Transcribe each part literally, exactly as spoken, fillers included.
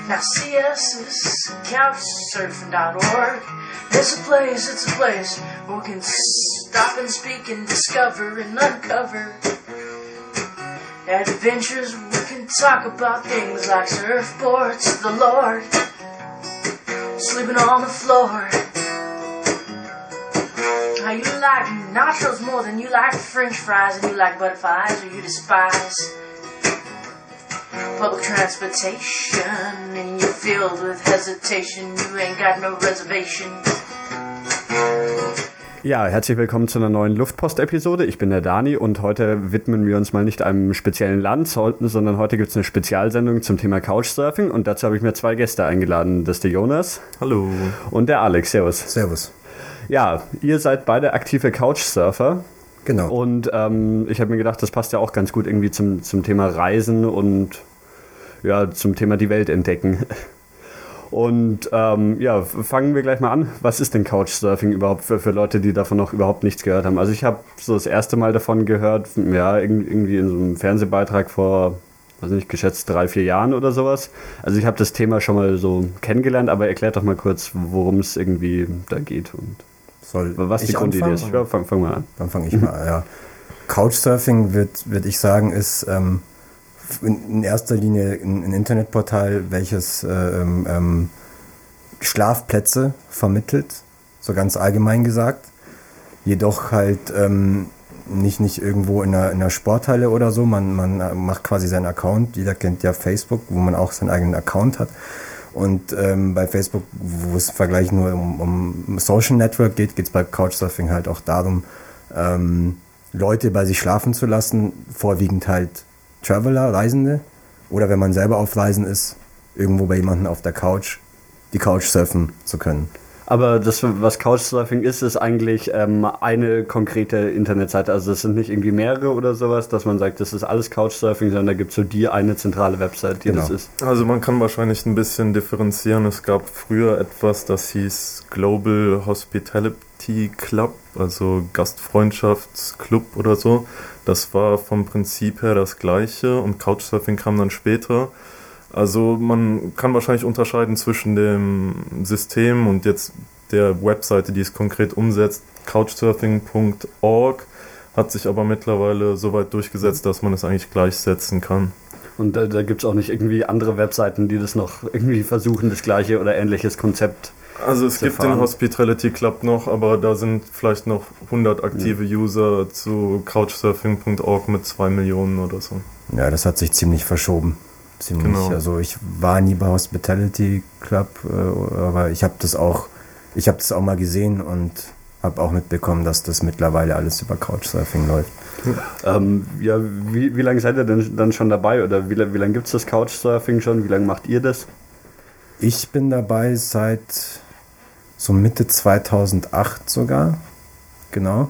Now see us is couch surfing dot org. It's a place, it's a place where we can stop and speak and discover and uncover adventures. We can talk about things like surfboards, the Lord, sleeping on the floor. How you like nachos more than you like French fries, and you like butterflies, or you despise public transportation, and you're filled with hesitation. You ain't got no reservation. Ja, herzlich willkommen zu einer neuen Luftpost-Episode. Ich bin der Dani und heute widmen wir uns mal nicht einem speziellen Land, sondern heute gibt es eine Spezialsendung zum Thema Couchsurfing und dazu habe ich mir zwei Gäste eingeladen. Das ist der Jonas. Hallo. Und der Alex. Servus. Servus. Ja, ihr seid beide aktive Couchsurfer. Genau. Und ähm, ich habe mir gedacht, das passt ja auch ganz gut irgendwie zum, zum Thema Reisen und ja, zum Thema die Welt entdecken. Und ähm, ja, fangen wir gleich mal an. Was ist denn Couchsurfing überhaupt für, für Leute, die davon noch überhaupt nichts gehört haben? Also ich habe so das erste Mal davon gehört, ja, irgendwie in so einem Fernsehbeitrag vor, weiß nicht, geschätzt drei, vier Jahren oder sowas. Also ich habe das Thema schon mal so kennengelernt, aber erklärt doch mal kurz, worum es irgendwie da geht und Soll was die Grundidee ist. Ja, fang, fang mal an. Dann fange ich mal an, ja. Couchsurfing, würde würd ich sagen, ist ähm, in erster Linie ein, ein Internetportal, welches äh, ähm, Schlafplätze vermittelt, so ganz allgemein gesagt. Jedoch halt ähm, nicht, nicht irgendwo in einer, in einer Sporthalle oder so. Man, man macht quasi seinen Account. Jeder kennt ja Facebook, wo man auch seinen eigenen Account hat. Und ähm, bei Facebook, wo es im Vergleich nur um, um Social Network geht, geht es bei Couchsurfing halt auch darum, ähm, Leute bei sich schlafen zu lassen, vorwiegend halt Traveler, Reisende, oder wenn man selber auf Reisen ist, irgendwo bei jemandem auf der Couch, die Couch surfen zu können. Aber das, was Couchsurfing ist, ist eigentlich ähm, eine konkrete Internetseite. Also es sind nicht irgendwie mehrere oder sowas, dass man sagt, das ist alles Couchsurfing, sondern da gibt es so die eine zentrale Website, die genau. das ist. Also man kann wahrscheinlich ein bisschen differenzieren. Es gab früher etwas, das hieß Global Hospitality Club, also Gastfreundschaftsclub oder so. Das war vom Prinzip her das Gleiche und Couchsurfing kam dann später. Also man kann wahrscheinlich unterscheiden zwischen dem System und jetzt der Webseite, die es konkret umsetzt. Couchsurfing Punkt org hat sich aber mittlerweile so weit durchgesetzt, dass man es eigentlich gleichsetzen kann. Und da, da gibt es auch nicht irgendwie andere Webseiten, die das noch irgendwie versuchen, das gleiche oder ähnliches Konzept Also es zu gibt fahren. den Hospitality Club noch, aber da sind vielleicht noch hundert aktive ja. User zu Couchsurfing Punkt org mit zwei Millionen oder so. Ja, das hat sich ziemlich verschoben. Ziemlich, genau. Also ich war nie bei Hospitality Club, äh, aber ich habe das auch, ich habe das auch mal gesehen und habe auch mitbekommen, dass das mittlerweile alles über Couchsurfing läuft. Ähm, ja, wie, wie lange seid ihr denn dann schon dabei oder wie, wie lange gibt es das Couchsurfing schon? Wie lange macht ihr das? Ich bin dabei seit so Mitte zweitausendacht sogar, genau.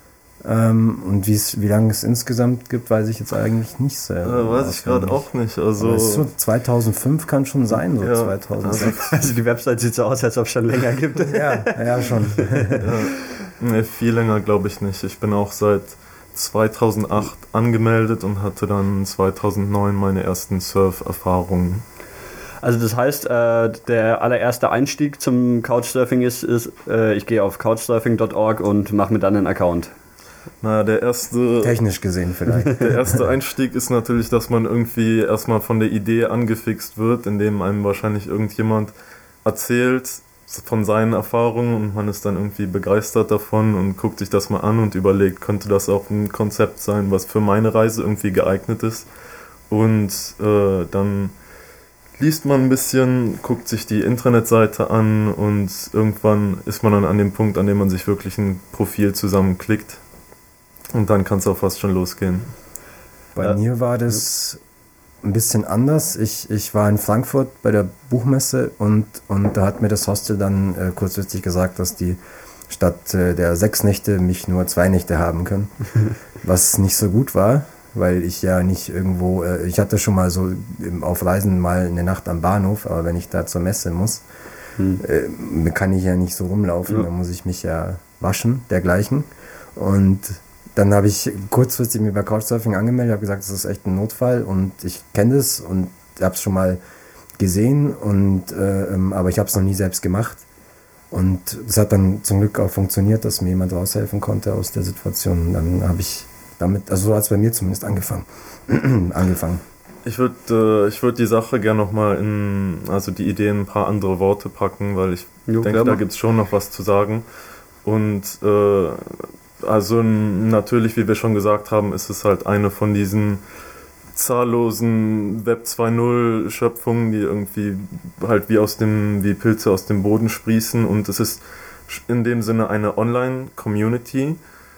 Ähm, und wie lange es insgesamt gibt, weiß ich jetzt eigentlich nicht selber. Ja, weiß ich gerade auch nicht. Also so zweitausendfünf kann schon sein, so ja, zweitausendsechs. Also die Website sieht so aus, als ob es schon länger gibt. ja, ja, schon. ja. Nee, viel länger glaube ich nicht. Ich bin auch seit zweitausendacht angemeldet und hatte dann zweitausendneun meine ersten Surf-Erfahrungen. Also das heißt, äh, der allererste Einstieg zum Couchsurfing ist, ist äh, ich gehe auf couchsurfing Punkt org und mache mir dann einen Account. Na, der erste... Technisch gesehen vielleicht. Der erste Einstieg ist natürlich, dass man irgendwie erstmal von der Idee angefixt wird, indem einem wahrscheinlich irgendjemand erzählt von seinen Erfahrungen und man ist dann irgendwie begeistert davon und guckt sich das mal an und überlegt, könnte das auch ein Konzept sein, was für meine Reise irgendwie geeignet ist. Und äh, dann liest man ein bisschen, guckt sich die Internetseite an und irgendwann ist man dann an dem Punkt, an dem man sich wirklich ein Profil zusammenklickt. Und dann kann es auch fast schon losgehen. Bei ja. mir war das ein bisschen anders. Ich, ich war in Frankfurt bei der Buchmesse und, und da hat mir das Hostel dann äh, kurzfristig gesagt, dass die statt äh, der sechs Nächte mich nur zwei Nächte haben können. Was nicht so gut war, weil ich ja nicht irgendwo, äh, ich hatte schon mal so im, auf Reisen mal eine Nacht am Bahnhof, aber wenn ich da zur Messe muss, hm. äh, kann ich ja nicht so rumlaufen, ja. Dann muss ich mich ja waschen, dergleichen. Und dann habe ich kurzfristig mich bei Couchsurfing angemeldet, habe gesagt, das ist echt ein Notfall und ich kenne das und habe es schon mal gesehen, und äh, ähm, aber ich habe es noch nie selbst gemacht. Und es hat dann zum Glück auch funktioniert, dass mir jemand raushelfen konnte aus der Situation. Und dann habe ich damit, also so hat es bei mir zumindest angefangen. angefangen. Ich würde äh, ich würd die Sache gerne nochmal in, also die Idee in ein paar andere Worte packen, weil ich jo, denke, da gibt es schon noch was zu sagen. Und äh, also natürlich, wie wir schon gesagt haben, ist es halt eine von diesen zahllosen Web zwei Punkt null Schöpfungen, die irgendwie halt wie aus dem, wie Pilze aus dem Boden sprießen, und es ist in dem Sinne eine Online-Community,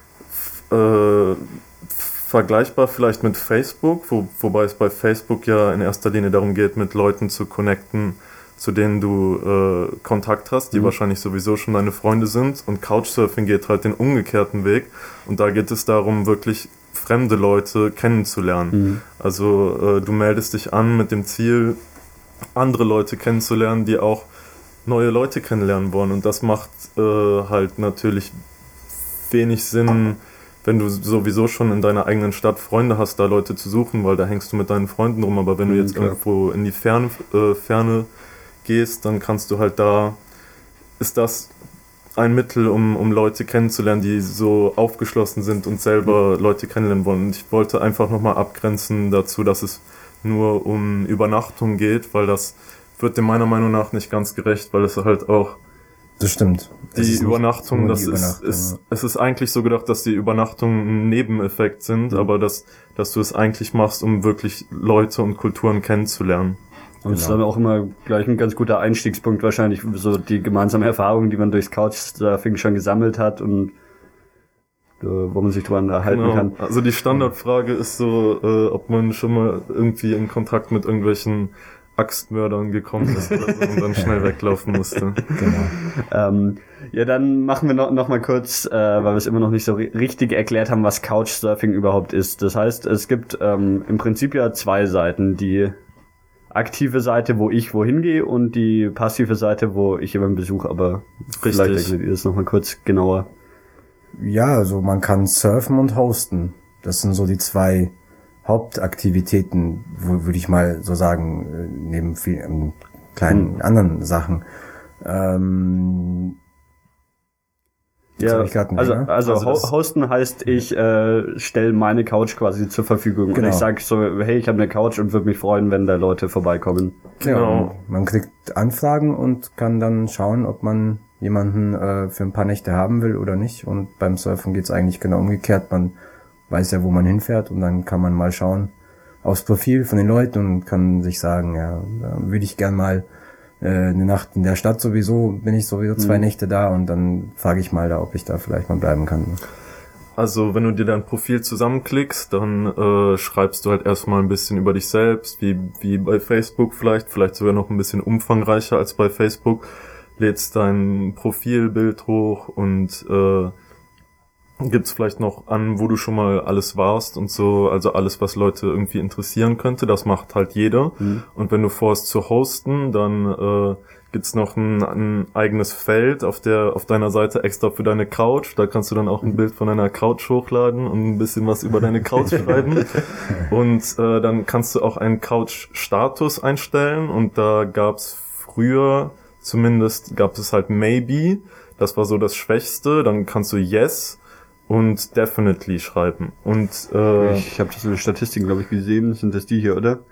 äh, vergleichbar vielleicht mit Facebook, wo, wobei es bei Facebook ja in erster Linie darum geht, mit Leuten zu connecten, zu denen du äh, Kontakt hast, die mhm. wahrscheinlich sowieso schon deine Freunde sind, und Couchsurfing geht halt den umgekehrten Weg, und da geht es darum, wirklich fremde Leute kennenzulernen. Mhm. Also äh, du meldest dich an mit dem Ziel, andere Leute kennenzulernen, die auch neue Leute kennenlernen wollen, und das macht äh, halt natürlich wenig Sinn, wenn du sowieso schon in deiner eigenen Stadt Freunde hast, da Leute zu suchen, weil da hängst du mit deinen Freunden rum, aber wenn mhm, du jetzt klar. irgendwo in die Ferne, äh, Ferne gehst, dann kannst du halt da, ist das ein Mittel, um, um Leute kennenzulernen, die so aufgeschlossen sind und selber Leute kennenlernen wollen. Und ich wollte einfach nochmal abgrenzen dazu, dass es nur um Übernachtung geht, weil das wird dem meiner Meinung nach nicht ganz gerecht, weil es halt auch das stimmt. Die Übernachtung, das die Übernachtung, ist, ist, es ist eigentlich so gedacht, dass die Übernachtungen ein Nebeneffekt sind, mhm. aber dass, dass du es eigentlich machst, um wirklich Leute und Kulturen kennenzulernen. Und es genau. ist dann auch immer gleich ein ganz guter Einstiegspunkt wahrscheinlich, so die gemeinsame Erfahrung, die man durchs Couchsurfing schon gesammelt hat und äh, wo man sich drüber unterhalten genau. kann. Also die Standardfrage ist so, äh, ob man schon mal irgendwie in Kontakt mit irgendwelchen Axtmördern gekommen ist oder so und dann schnell weglaufen musste. Genau. Ähm, ja, dann machen wir noch, noch mal kurz, äh, weil wir es immer noch nicht so ri- richtig erklärt haben, was Couchsurfing überhaupt ist. Das heißt, es gibt ähm, im Prinzip ja zwei Seiten, die aktive Seite, wo ich wohin gehe, und die passive Seite, wo ich jemanden besuche, aber Richtig. Vielleicht erklärt ihr das nochmal kurz genauer. Ja, also man kann surfen und hosten. Das sind so die zwei Hauptaktivitäten, würde ich mal so sagen, neben vielen kleinen hm. anderen Sachen. Ähm, Ja, also, also, also hosten heißt, ich äh, stelle meine Couch quasi zur Verfügung. Genau. Und ich sage so, hey, ich habe eine Couch und würde mich freuen, wenn da Leute vorbeikommen. Genau. Ja, man kriegt Anfragen und kann dann schauen, ob man jemanden äh, für ein paar Nächte haben will oder nicht. Und beim Surfen geht's eigentlich genau umgekehrt. Man weiß ja, wo man hinfährt, und dann kann man mal schauen aufs Profil von den Leuten und kann sich sagen, ja, da würde ich gern mal eine Nacht in der Stadt, sowieso bin ich sowieso zwei mhm. Nächte da, und dann frage ich mal da, ob ich da vielleicht mal bleiben kann. Also wenn du dir dein Profil zusammenklickst, dann äh, schreibst du halt erstmal ein bisschen über dich selbst, wie wie bei Facebook vielleicht, vielleicht sogar noch ein bisschen umfangreicher als bei Facebook, lädst dein Profilbild hoch und äh, gibt's vielleicht noch an, wo du schon mal alles warst und so, also alles, was Leute irgendwie interessieren könnte, das macht halt jeder. Mhm. Und wenn du vorhast zu hosten, dann äh, gibt's noch ein, ein eigenes Feld auf der auf deiner Seite extra für deine Couch. Da kannst du dann auch ein Bild von deiner Couch hochladen und ein bisschen was über deine Couch schreiben. Und äh, dann kannst du auch einen Couch-Status einstellen, und da gab's früher, zumindest gab es halt Maybe, das war so das Schwächste. Dann kannst du Yes und Definitely schreiben. Und äh, ich habe das in den Statistiken, glaube ich, gesehen. Sind das die hier, oder?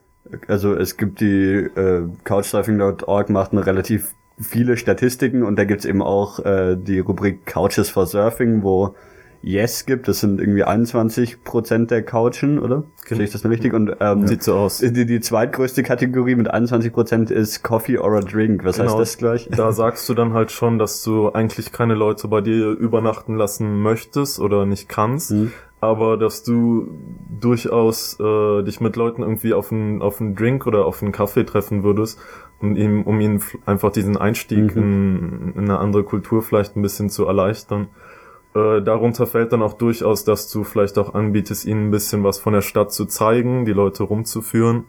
Also es gibt die äh, Couchsurfing Punkt org macht eine relativ viele Statistiken, und da gibt's eben auch äh, die Rubrik Couches for Surfing, wo Yes gibt. Das sind irgendwie einundzwanzig Prozent der Couchen, oder? Sehe ich das denn richtig? Und ähm, sieht so aus. Die, die zweitgrößte Kategorie mit einundzwanzig Prozent ist Coffee or a Drink. Was genau, heißt das gleich? Da sagst du dann halt schon, dass du eigentlich keine Leute bei dir übernachten lassen möchtest oder nicht kannst, mhm. aber dass du durchaus äh, dich mit Leuten irgendwie auf einen auf einen Drink oder auf einen Kaffee treffen würdest, um ihm um ihnen einfach diesen Einstieg mhm. in, in eine andere Kultur vielleicht ein bisschen zu erleichtern. Äh, darunter fällt dann auch durchaus, dass du vielleicht auch anbietest, ihnen ein bisschen was von der Stadt zu zeigen, die Leute rumzuführen.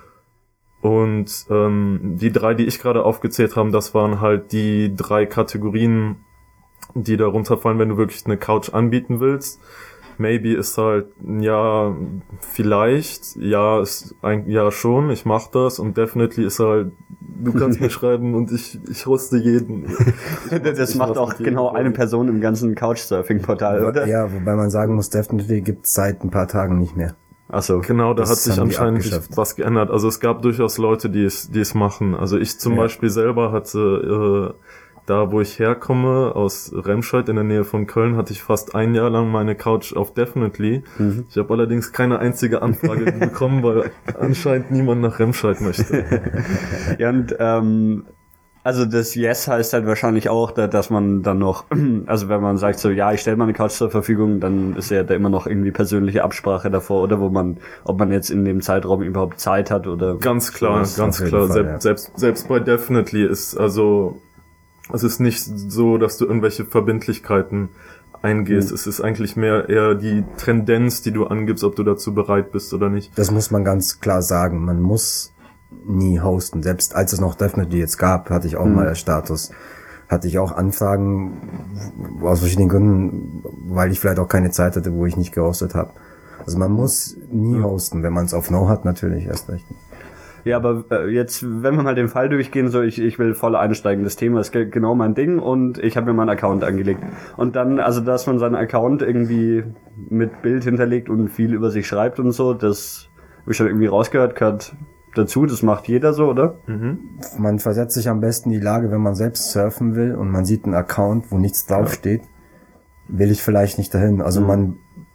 Und ähm, die drei, die ich gerade aufgezählt habe, das waren halt die drei Kategorien, die darunter fallen, wenn du wirklich eine Couch anbieten willst. maybe ist halt ein Ja vielleicht, ja ist ein Ja schon, ich mach das und definitely ist halt, du kannst mir schreiben und ich ich hoste jeden. Ich, das macht auch genau eine Person im ganzen Couchsurfing-Portal, oder? Ja, wobei man sagen muss, definitely gibt's seit ein paar Tagen nicht mehr. Ach so. Genau, da Das hat sich haben die anscheinend abgeschafft. was geändert. Also es gab durchaus Leute, die es, die es machen. Also ich zum Ja. Beispiel selber hatte, äh, da wo ich herkomme, aus Remscheid in der Nähe von Köln, hatte ich fast ein Jahr lang meine Couch auf Definitely. Mhm. Ich habe allerdings keine einzige Anfrage bekommen, weil anscheinend niemand nach Remscheid möchte. Ja, und ähm, also das Yes heißt halt wahrscheinlich auch, da, dass man dann noch, also wenn man sagt so, ja, ich stelle meine Couch zur Verfügung, dann ist ja da immer noch irgendwie persönliche Absprache davor, oder wo man, ob man jetzt in dem Zeitraum überhaupt Zeit hat oder... Ganz klar, So, ganz auf jeden klar. Fall, Sel- ja. Selbst, selbst bei Definitely ist, also, es ist nicht so, dass du irgendwelche Verbindlichkeiten eingehst. Mhm. Es ist eigentlich mehr eher die Tendenz, die du angibst, ob du dazu bereit bist oder nicht. Das muss man ganz klar sagen. Man muss nie hosten. Selbst als es noch Definitely jetzt gab, hatte ich auch Mhm. mal als Status. Hatte ich auch Anfragen aus verschiedenen Gründen, weil ich vielleicht auch keine Zeit hatte, wo ich nicht gehostet habe. Also man muss nie hosten. Wenn man es auf No hat, natürlich erst recht. Ja, aber äh, jetzt, wenn wir mal den Fall durchgehen, so ich ich will voll einsteigen, das Thema ist ge- genau mein Ding und ich habe mir meinen Account angelegt. Und dann, also dass man seinen Account irgendwie mit Bild hinterlegt und viel über sich schreibt und so, das habe ich schon irgendwie rausgehört, gehört dazu, das macht jeder so, oder? Man versetzt sich am besten in die Lage, wenn man selbst surfen will und man sieht einen Account, wo nichts draufsteht, will ich vielleicht nicht dahin. Also man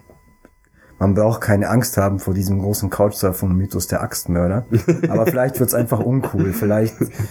man braucht keine Angst haben vor diesem großen Couchsurfing-Mythos der Axtmörder. Aber vielleicht wird's einfach uncool. Vielleicht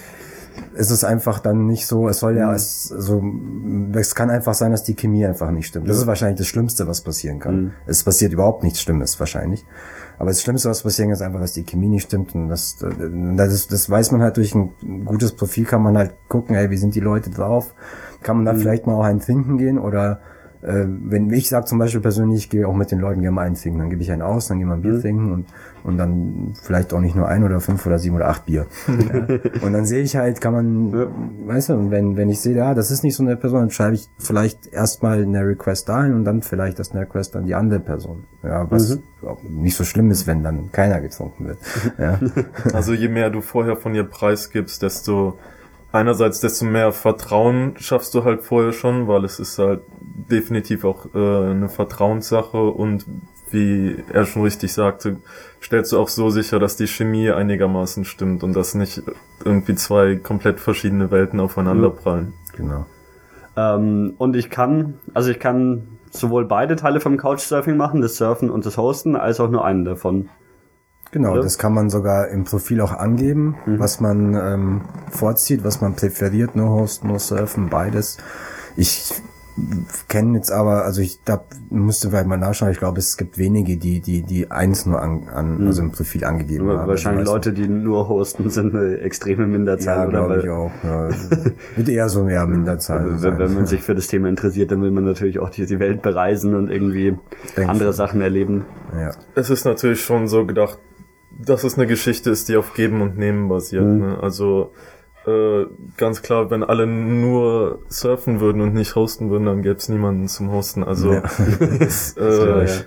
ist es einfach dann nicht so, es soll ja, es, so, es kann einfach sein, dass die Chemie einfach nicht stimmt. Das ist wahrscheinlich das Schlimmste, was passieren kann. Mhm. Es passiert überhaupt nichts Schlimmes wahrscheinlich. Aber das Schlimmste, was passieren kann, ist einfach, dass die Chemie nicht stimmt. Und das, das, das weiß man halt durch ein gutes Profil, kann man halt gucken, ey, wie sind die Leute drauf? Kann man da Mhm. vielleicht mal auch einen trinken gehen oder äh, wenn ich sage zum Beispiel persönlich, ich gehe auch mit den Leuten gerne mal einen trinken, dann gebe ich einen aus, dann gehen wir ein Bier Mhm. trinken und und dann vielleicht auch nicht nur ein oder fünf oder sieben oder acht Bier. Ja. Und dann sehe ich halt, kann man, Ja. weißt du, und wenn wenn ich sehe, ja, das ist nicht so eine Person, dann schreibe ich vielleicht erstmal eine Request dahin und dann vielleicht das eine Request an die andere Person. Ja, was auch nicht so schlimm ist, wenn dann keiner getrunken wird. Ja. Also je mehr du vorher von ihr preisgibst, desto einerseits desto mehr Vertrauen schaffst du halt vorher schon, weil es ist halt definitiv auch äh, eine Vertrauenssache und wie er schon richtig sagte, stellst du auch so sicher, dass die Chemie einigermaßen stimmt und dass nicht irgendwie zwei komplett verschiedene Welten aufeinander prallen. Genau. Ähm, und ich kann, also ich kann sowohl beide Teile vom Couchsurfing machen, das Surfen und das Hosten, als auch nur einen davon. Genau, Oder? das kann man sogar im Profil auch angeben, Mhm. was man ähm, vorzieht, was man präferiert, no Hosten, no Surfen, beides. Ich kenne jetzt aber, also ich da müsste vielleicht mal nachschauen, ich glaube, es gibt wenige, die die die eins nur an, an also im Profil angegeben Aber haben. wahrscheinlich Also, Leute, die nur hosten, sind eine extreme Minderzahl. ja, oder? glaube Weil- ich auch. Ja. Wird eher so mehr Minderzahl Also, wenn, sein. wenn man sich für das Thema interessiert, dann will man natürlich auch die, die Welt bereisen und irgendwie Denk andere schon. Sachen erleben. Ja. Es ist natürlich schon so gedacht, dass es eine Geschichte ist, die auf Geben und Nehmen basiert. Mhm. Ne? Also äh, ganz klar, wenn alle nur surfen würden und nicht hosten würden, dann gäbe es niemanden zum Hosten. Also Ja. es, äh, Ja, ja.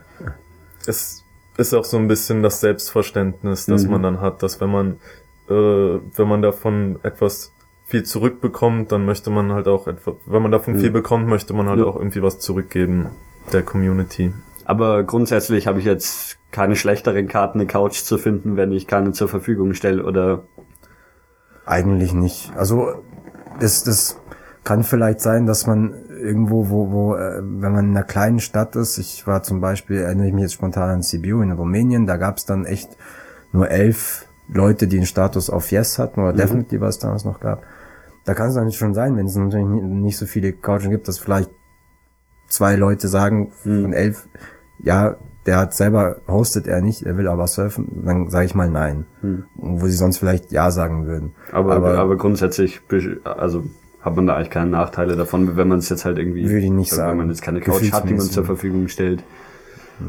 es ist auch so ein bisschen das Selbstverständnis, das Mhm. man dann hat, dass wenn man äh, wenn man davon etwas viel zurückbekommt, dann möchte man halt auch etwas, wenn man davon Mhm. viel bekommt, möchte man halt Ja. auch irgendwie was zurückgeben der Community. Aber grundsätzlich habe ich jetzt keine schlechteren Karten, eine Couch zu finden, wenn ich keine zur Verfügung stelle, oder? Eigentlich nicht. Also das, das kann vielleicht sein, dass man irgendwo, wo, wo, äh, wenn man in einer kleinen Stadt ist, ich war zum Beispiel, erinnere ich mich jetzt spontan an Sibiu in Rumänien, da gab es dann echt nur elf Leute, die einen Status auf Yes hatten, oder Mhm. Definitely, was es damals noch gab. Da kann es dann schon sein, wenn es natürlich nicht- nicht so viele Couchen gibt, dass vielleicht zwei Leute sagen Mhm. von elf, ja, der hat selber, hostet er nicht, er will aber surfen, dann sage ich mal nein. Mhm. Wo sie sonst vielleicht ja sagen würden. Aber, aber, Aber- grundsätzlich, besch- also hat man da eigentlich keine Nachteile davon, wenn man es jetzt halt irgendwie, Würde ich nicht wenn sagen. man jetzt keine Couch hat, die man Gefühlsmäßig. zur Verfügung stellt.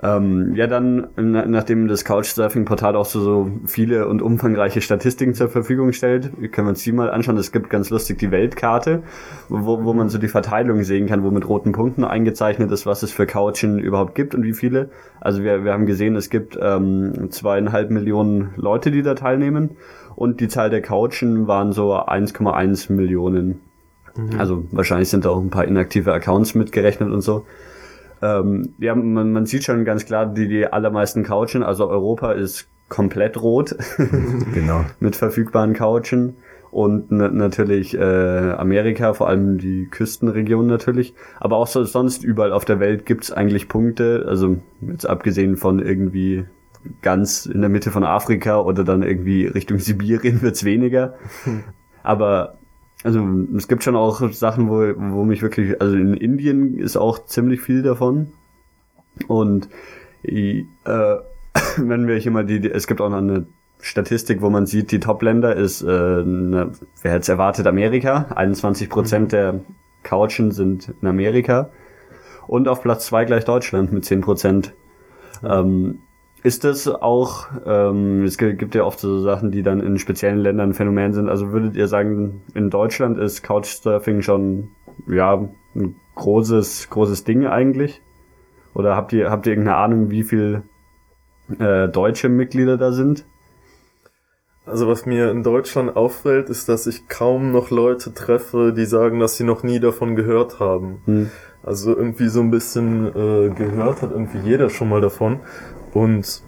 Ähm, ja, dann, na, nachdem das Couchsurfing-Portal auch so, so viele und umfangreiche Statistiken zur Verfügung stellt, können wir uns die mal anschauen. Es gibt ganz lustig die Weltkarte, wo, wo man so die Verteilung sehen kann, wo mit roten Punkten eingezeichnet ist, was es für Couchen überhaupt gibt und wie viele. Also wir, wir haben gesehen, es gibt ähm, zweieinhalb Millionen Leute, die da teilnehmen, und die Zahl der Couchen waren so eins Komma eins Millionen. Mhm. Also wahrscheinlich sind da auch ein paar inaktive Accounts mitgerechnet und so. Ähm, ja, man, man sieht schon ganz klar, die, die allermeisten Couchen, also Europa ist komplett rot. Genau. Mit verfügbaren Couchen. Und n- natürlich äh, Amerika, vor allem die Küstenregion natürlich. Aber auch so, sonst überall auf der Welt gibt's eigentlich Punkte, also jetzt abgesehen von irgendwie ganz in der Mitte von Afrika oder dann irgendwie Richtung Sibirien wird's weniger. Aber also es gibt schon auch Sachen, wo, wo mich wirklich, also in Indien ist auch ziemlich viel davon. Und äh, wenn wir hier mal die, es gibt auch noch eine Statistik, wo man sieht, die Top-Länder ist, äh, eine, wer hätte es erwartet, Amerika. einundzwanzig Prozent der Couchen sind in Amerika. Und auf Platz zwei gleich Deutschland mit zehn Prozent. Ähm, Ist das auch, ähm, es gibt ja oft so Sachen, die dann in speziellen Ländern ein Phänomen sind. Also würdet ihr sagen, in Deutschland ist Couchsurfing schon, ja, ein großes, großes Ding eigentlich? Oder habt ihr, habt ihr irgendeine Ahnung, wie viel äh, deutsche Mitglieder da sind? Also was mir in Deutschland auffällt, ist, dass ich kaum noch Leute treffe, die sagen, dass sie noch nie davon gehört haben. Hm. Also irgendwie so ein bisschen äh, gehört hat irgendwie jeder schon mal davon. Und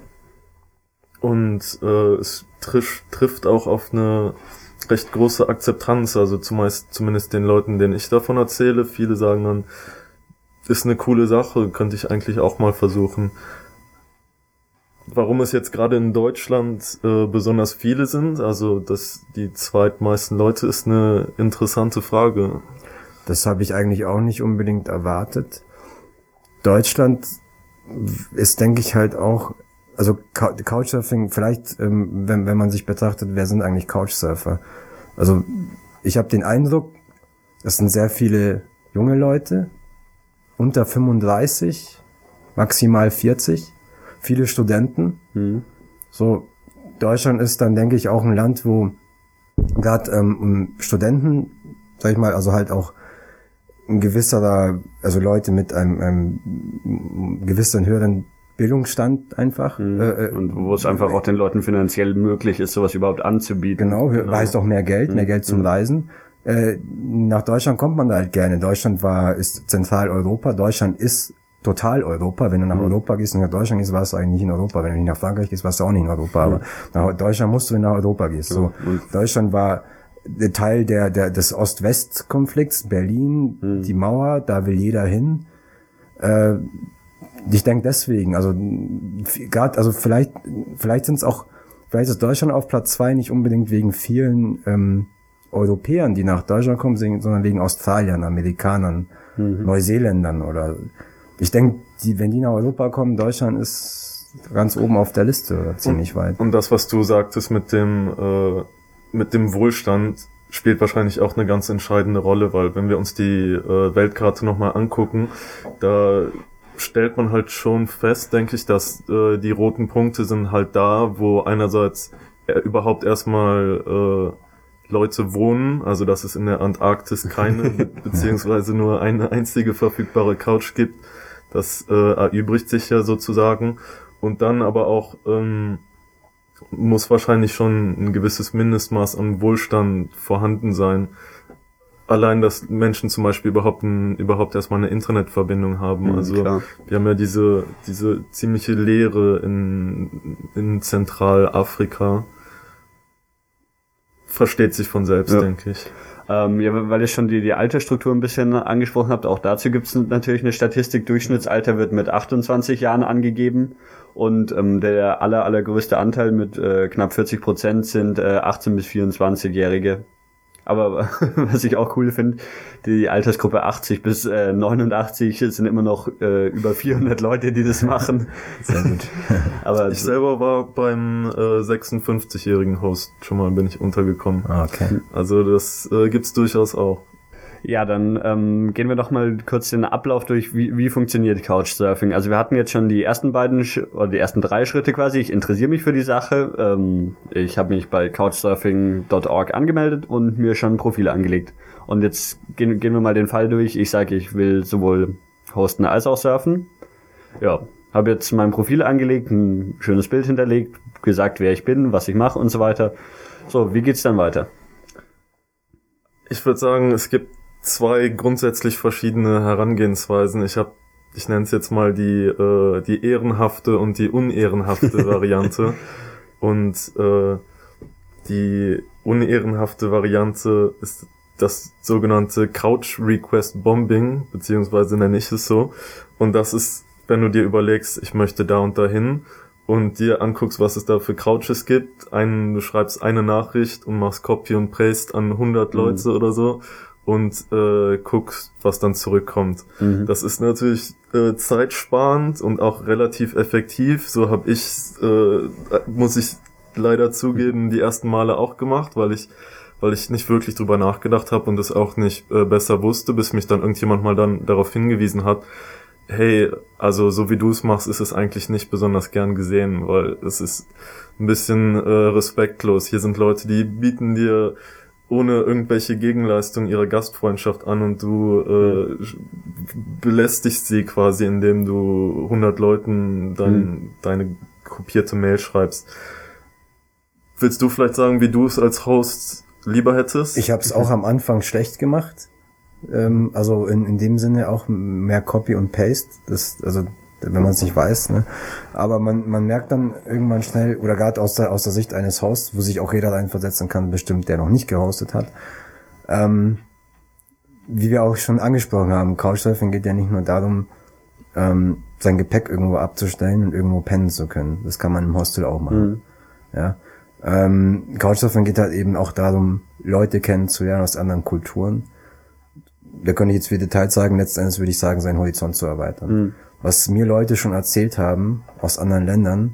und äh, es triff, trifft auch auf eine recht große Akzeptanz, also zumeist, zumindest den Leuten, denen ich davon erzähle. Viele sagen dann, ist eine coole Sache, könnte ich eigentlich auch mal versuchen. Warum es jetzt gerade in Deutschland äh, besonders viele sind, also dass die zweitmeisten Leute, ist eine interessante Frage. Das habe ich eigentlich auch nicht unbedingt erwartet. Deutschland ist, denke ich, halt auch, also Couchsurfing, vielleicht, ähm, wenn, wenn man sich betrachtet, wer sind eigentlich Couchsurfer? Also ich habe den Eindruck, es sind sehr viele junge Leute, unter fünfunddreißig, maximal vierzig, viele Studenten. Mhm. So, Deutschland ist dann, denke ich, auch ein Land, wo gerade ähm, Studenten, sag ich mal, also halt auch ein gewisser, also Leute mit einem, einem gewissen höheren Bildungsstand einfach. Mhm. Äh, und wo es einfach auch den Leuten finanziell möglich ist, sowas überhaupt anzubieten. Genau, genau. Heißt auch mehr Geld, mehr Geld zum mhm. Reisen. Äh, nach Deutschland kommt man da halt gerne. Deutschland war, ist Zentraleuropa. Deutschland ist total Europa. Wenn du nach mhm. Europa gehst und nach Deutschland gehst, warst du eigentlich nicht in Europa. Wenn du nicht nach Frankreich gehst, warst du auch nicht in Europa. Mhm. Aber nach Deutschland musst du, wenn du nach Europa gehst. So, mhm. Deutschland war Teil der, der, des Ost-West-Konflikts, Berlin, mhm. die Mauer, da will jeder hin. Äh, ich denke deswegen, also, gerade, also vielleicht, vielleicht sind es auch, vielleicht ist Deutschland auf Platz zwei nicht unbedingt wegen vielen, ähm, Europäern, die nach Deutschland kommen, sondern wegen Australiern, Amerikanern, mhm. Neuseeländern oder, ich denke, die, wenn die nach Europa kommen, Deutschland ist ganz oben auf der Liste oder ziemlich und, weit. Und das, was du sagtest mit dem, äh, mit dem Wohlstand, spielt wahrscheinlich auch eine ganz entscheidende Rolle, weil wenn wir uns die äh, Weltkarte nochmal angucken, da stellt man halt schon fest, denke ich, dass äh, die roten Punkte sind halt da, wo einerseits äh, überhaupt erstmal äh, Leute wohnen, also dass es in der Antarktis keine, beziehungsweise nur eine einzige verfügbare Couch gibt, das äh, erübrigt sich ja sozusagen. Und dann aber auch ähm, muss wahrscheinlich schon ein gewisses Mindestmaß an Wohlstand vorhanden sein. Allein, dass Menschen zum Beispiel überhaupt ein, überhaupt erstmal eine Internetverbindung haben. Mhm, also klar. Wir haben ja diese diese ziemliche Leere in in Zentralafrika. Versteht sich von selbst, ja. denke ich. Ähm, ja, weil ihr schon die, die Altersstruktur ein bisschen angesprochen habt, auch dazu gibt es natürlich eine Statistik. Durchschnittsalter wird mit achtundzwanzig Jahren angegeben und ähm, der aller, allergrößte Anteil mit äh, knapp vierzig Prozent sind äh, achtzehn- bis vierundzwanzigjährige. Aber was ich auch cool finde, die Altersgruppe achtzig bis neunundachtzig sind immer noch äh, über vierhundert Leute, die das machen. Sehr gut. Aber ich selber war beim äh, sechsundfünfzigjährigen Host schon mal, bin ich untergekommen. Okay. Also das äh, gibt's durchaus auch. Ja, dann ähm, gehen wir doch mal kurz den Ablauf durch, wie, wie funktioniert Couchsurfing. Also wir hatten jetzt schon die ersten beiden, Sch- oder die ersten drei Schritte quasi. Ich interessiere mich für die Sache. Ähm, ich habe mich bei couchsurfing Punkt org angemeldet und mir schon ein Profil angelegt. Und jetzt gehen, gehen wir mal den Fall durch. Ich sage, ich will sowohl hosten als auch surfen. Ja, habe jetzt mein Profil angelegt, ein schönes Bild hinterlegt, gesagt, wer ich bin, was ich mache und so weiter. So, wie geht's dann weiter? Ich würde sagen, es gibt zwei grundsätzlich verschiedene Herangehensweisen. Ich habe, ich nenne es jetzt mal die äh, die ehrenhafte und die unehrenhafte Variante. Und äh, die unehrenhafte Variante ist das sogenannte Couch Request Bombing, beziehungsweise nenne ich es so. Und das ist, wenn du dir überlegst, ich möchte da und dahin und dir anguckst, was es da für Couches gibt. Einen, du schreibst eine Nachricht und machst Copy und Paste an hundert Leute mhm. oder so und äh, guckst, was dann zurückkommt. Mhm. Das ist natürlich äh, zeitsparend und auch relativ effektiv. So habe ich, äh, muss ich leider zugeben, die ersten Male auch gemacht, weil ich weil ich nicht wirklich drüber nachgedacht habe und es auch nicht äh, besser wusste, bis mich dann irgendjemand mal dann darauf hingewiesen hat, hey, also so wie du es machst, ist es eigentlich nicht besonders gern gesehen, weil es ist ein bisschen äh, respektlos. Hier sind Leute, die bieten dir ohne irgendwelche Gegenleistung ihre Gastfreundschaft an und du äh, belästigst sie quasi, indem du hundert Leuten dein, mhm. deine kopierte Mail schreibst. Willst du vielleicht sagen, wie du es als Host lieber hättest? Ich habe es auch am Anfang schlecht gemacht. Ähm, also in, in dem Sinne auch mehr Copy und Paste. Das, also wenn man es nicht weiß, ne? Aber man man merkt dann irgendwann schnell, oder gerade aus der aus der Sicht eines Hosts, wo sich auch jeder reinversetzen kann, bestimmt, der noch nicht gehostet hat. Ähm, wie wir auch schon angesprochen haben, Couchsurfing geht ja nicht nur darum, ähm, sein Gepäck irgendwo abzustellen und irgendwo pennen zu können. Das kann man im Hostel auch machen. Mhm. Ja. Ähm, Couchsurfing geht halt eben auch darum, Leute kennenzulernen aus anderen Kulturen. Da könnte ich jetzt viel Details sagen, letztendlich würde ich sagen, seinen Horizont zu erweitern. Mhm. Was mir Leute schon erzählt haben, aus anderen Ländern,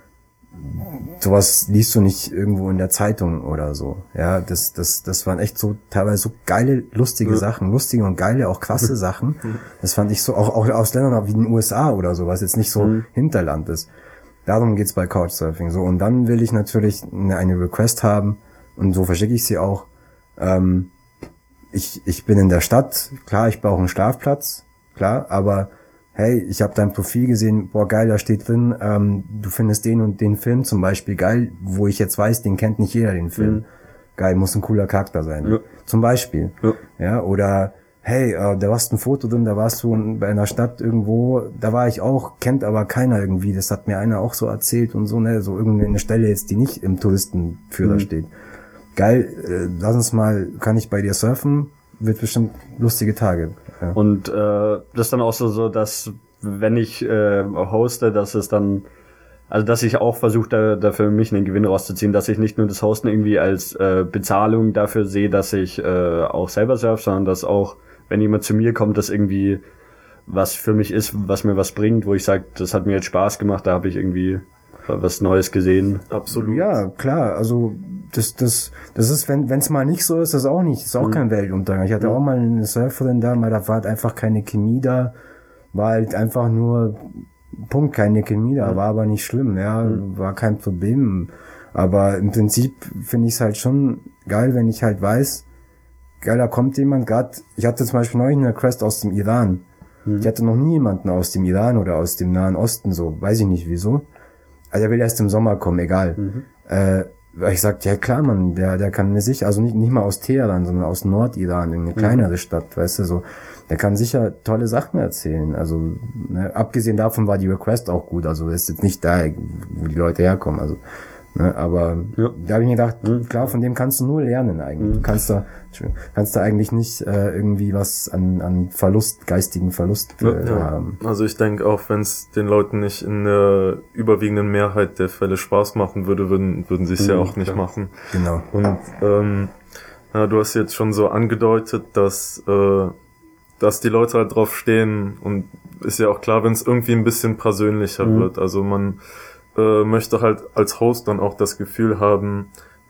sowas liest du nicht irgendwo in der Zeitung oder so. Ja, das, das, das waren echt so, teilweise so geile, lustige mhm. Sachen, lustige und geile, auch krasse Sachen. Das fand ich so, auch, auch aus Ländern wie den U S A oder so, was jetzt nicht so mhm. Hinterland ist. Darum geht's bei Couchsurfing, so. Und dann will ich natürlich eine, eine Request haben, und so verschicke ich sie auch. Ähm, ich, ich bin in der Stadt, klar, ich brauche einen Schlafplatz, klar, aber hey, ich habe dein Profil gesehen, boah, geil, da steht drin, ähm, du findest den und den Film zum Beispiel geil, wo ich jetzt weiß, den kennt nicht jeder, den Film. Mhm. Geil, muss ein cooler Charakter sein. Ja. Zum Beispiel. Ja, ja, oder hey, äh, da warst ein Foto drin, da warst du bei einer Stadt irgendwo, da war ich auch, kennt aber keiner irgendwie, das hat mir einer auch so erzählt und so, ne, so irgendeine Stelle jetzt, die nicht im Touristenführer mhm. steht. Geil, äh, lass uns mal, kann ich bei dir surfen? Wird bestimmt lustige Tage. Ja. Und äh, das ist dann auch so, so, dass wenn ich äh, hoste, dass es dann, also dass ich auch versuche, da, da für mich einen Gewinn rauszuziehen, dass ich nicht nur das Hosten irgendwie als äh, Bezahlung dafür sehe, dass ich äh, auch selber surfe, sondern dass auch, wenn jemand zu mir kommt, das irgendwie was für mich ist, was mir was bringt, wo ich sage, das hat mir jetzt Spaß gemacht, da habe ich irgendwie was Neues gesehen. Absolut. Ja, klar, also das das das ist, wenn wenn es mal nicht so ist, das auch nicht, ist auch mhm. kein Weltuntergang. Ich hatte mhm. auch mal eine Surferin da, mal da war halt einfach keine Chemie da, war halt einfach nur Punkt, keine Chemie da, mhm. war aber nicht schlimm, ja, mhm. war kein Problem. Aber im Prinzip finde ich es halt schon geil, wenn ich halt weiß, geil, da kommt jemand, gerade, ich hatte zum Beispiel neulich eine Request aus dem Iran. Mhm. Ich hatte noch nie jemanden aus dem Iran oder aus dem Nahen Osten, so, weiß ich nicht wieso. Also er will erst im Sommer kommen, egal. Mhm. Äh, weil ich sagte, ja klar, Mann, der, der kann mir sicher, also nicht, nicht mal aus Teheran, sondern aus Nordiran, in eine kleinere mhm. Stadt, weißt du, so. Der kann sicher tolle Sachen erzählen. Also, ne, abgesehen davon war die Request auch gut, also ist jetzt nicht da, wo die Leute herkommen, also. Ne, aber ja. da habe ich mir gedacht, mhm. klar, von dem kannst du nur lernen eigentlich. Mhm. Du kannst da, kannst da eigentlich nicht äh, irgendwie was an, an Verlust, geistigen Verlust äh, ja. haben. Also ich denke auch, wenn es den Leuten nicht in der überwiegenden Mehrheit der Fälle Spaß machen würde, würden, würden sie es mhm. ja auch nicht ja. machen. Genau. Und ähm, ja, du hast jetzt schon so angedeutet, dass äh, dass die Leute halt drauf stehen, und ist ja auch klar, wenn es irgendwie ein bisschen persönlicher mhm. wird. Also man äh, möchte halt als Host dann auch das Gefühl haben,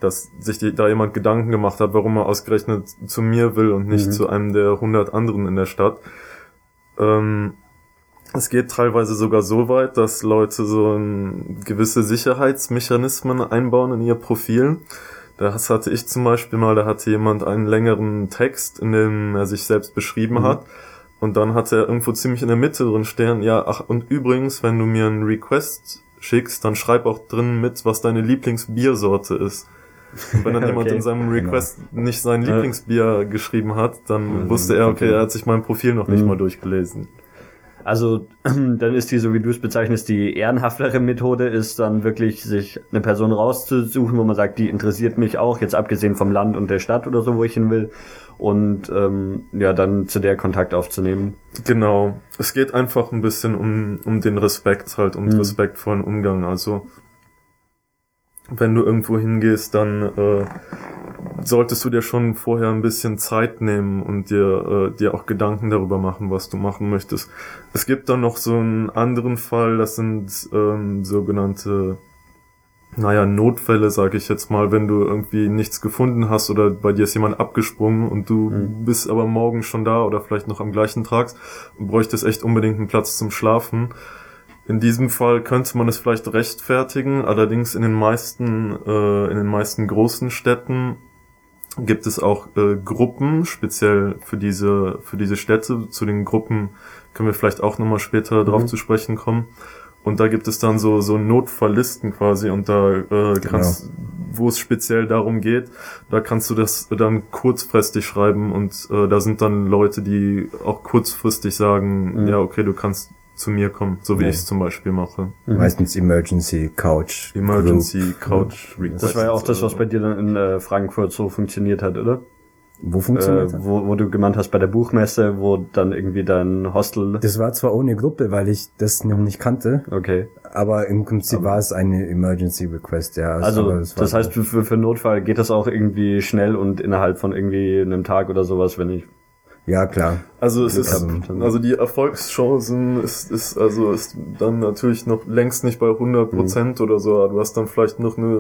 dass sich die, da jemand Gedanken gemacht hat, warum er ausgerechnet zu mir will und nicht mhm. zu einem der hundert anderen in der Stadt. Ähm, es geht teilweise sogar so weit, dass Leute so ein, gewisse Sicherheitsmechanismen einbauen in ihr Profil. Das hatte ich zum Beispiel mal, da hatte jemand einen längeren Text, in dem er sich selbst beschrieben mhm. hat. Und dann hat er irgendwo ziemlich in der Mitte drin stehen, ja, ach, und übrigens, wenn du mir einen Request schickst, dann schreib auch drin mit, was deine Lieblingsbiersorte ist. Und wenn dann okay. jemand in seinem Request genau. nicht sein Lieblingsbier geschrieben hat, dann wusste er, okay, er hat sich mein Profil noch nicht mhm. mal durchgelesen. Also dann ist die, so wie du es bezeichnest, die ehrenhaftere Methode ist dann wirklich, sich eine Person rauszusuchen, wo man sagt, die interessiert mich auch, jetzt abgesehen vom Land und der Stadt oder so, wo ich hin will, und ähm, ja, dann zu der Kontakt aufzunehmen. Genau. Es geht einfach ein bisschen um um den Respekt halt, um mhm. respektvollen Umgang. Also wenn du irgendwo hingehst, dann äh, solltest du dir schon vorher ein bisschen Zeit nehmen und dir äh, dir auch Gedanken darüber machen, was du machen möchtest. Es gibt dann noch so einen anderen Fall, das sind ähm, sogenannte, naja, Notfälle, sage ich jetzt mal, wenn du irgendwie nichts gefunden hast oder bei dir ist jemand abgesprungen und du mhm. bist aber morgen schon da oder vielleicht noch am gleichen Tag und bräuchtest echt unbedingt einen Platz zum Schlafen. In diesem Fall könnte man es vielleicht rechtfertigen, allerdings in den meisten äh, in den meisten großen Städten gibt es auch äh, Gruppen, speziell für diese für diese Städte. Zu den Gruppen können wir vielleicht auch nochmal später mhm. drauf zu sprechen kommen. Und da gibt es dann so so Notfalllisten quasi und da äh, kannst, genau. wo es speziell darum geht, da kannst du das dann kurzfristig schreiben und äh, da sind dann Leute, die auch kurzfristig sagen, mhm. ja okay, du kannst zu mir kommen, so wie nee. ich es zum Beispiel mache. Mhm. Meistens Emergency Couch. Emergency Couch Request. Das war ja auch das, was bei dir dann in äh, Frankfurt so funktioniert hat, oder? Wo funktioniert äh, das? Wo, wo du gemeint hast, bei der Buchmesse, wo dann irgendwie dein Hostel... Das war zwar ohne Gruppe, weil ich das noch nicht kannte. Okay. Aber im Prinzip aber war es eine Emergency Request, ja. Also, das, das heißt, für, für Notfall geht das auch irgendwie schnell und innerhalb von irgendwie einem Tag oder sowas, wenn ich... Ja, klar. Also es ist, also die Erfolgschancen ist, ist, also ist dann natürlich noch längst nicht bei hundert Prozent mhm. oder so. Du hast dann vielleicht noch eine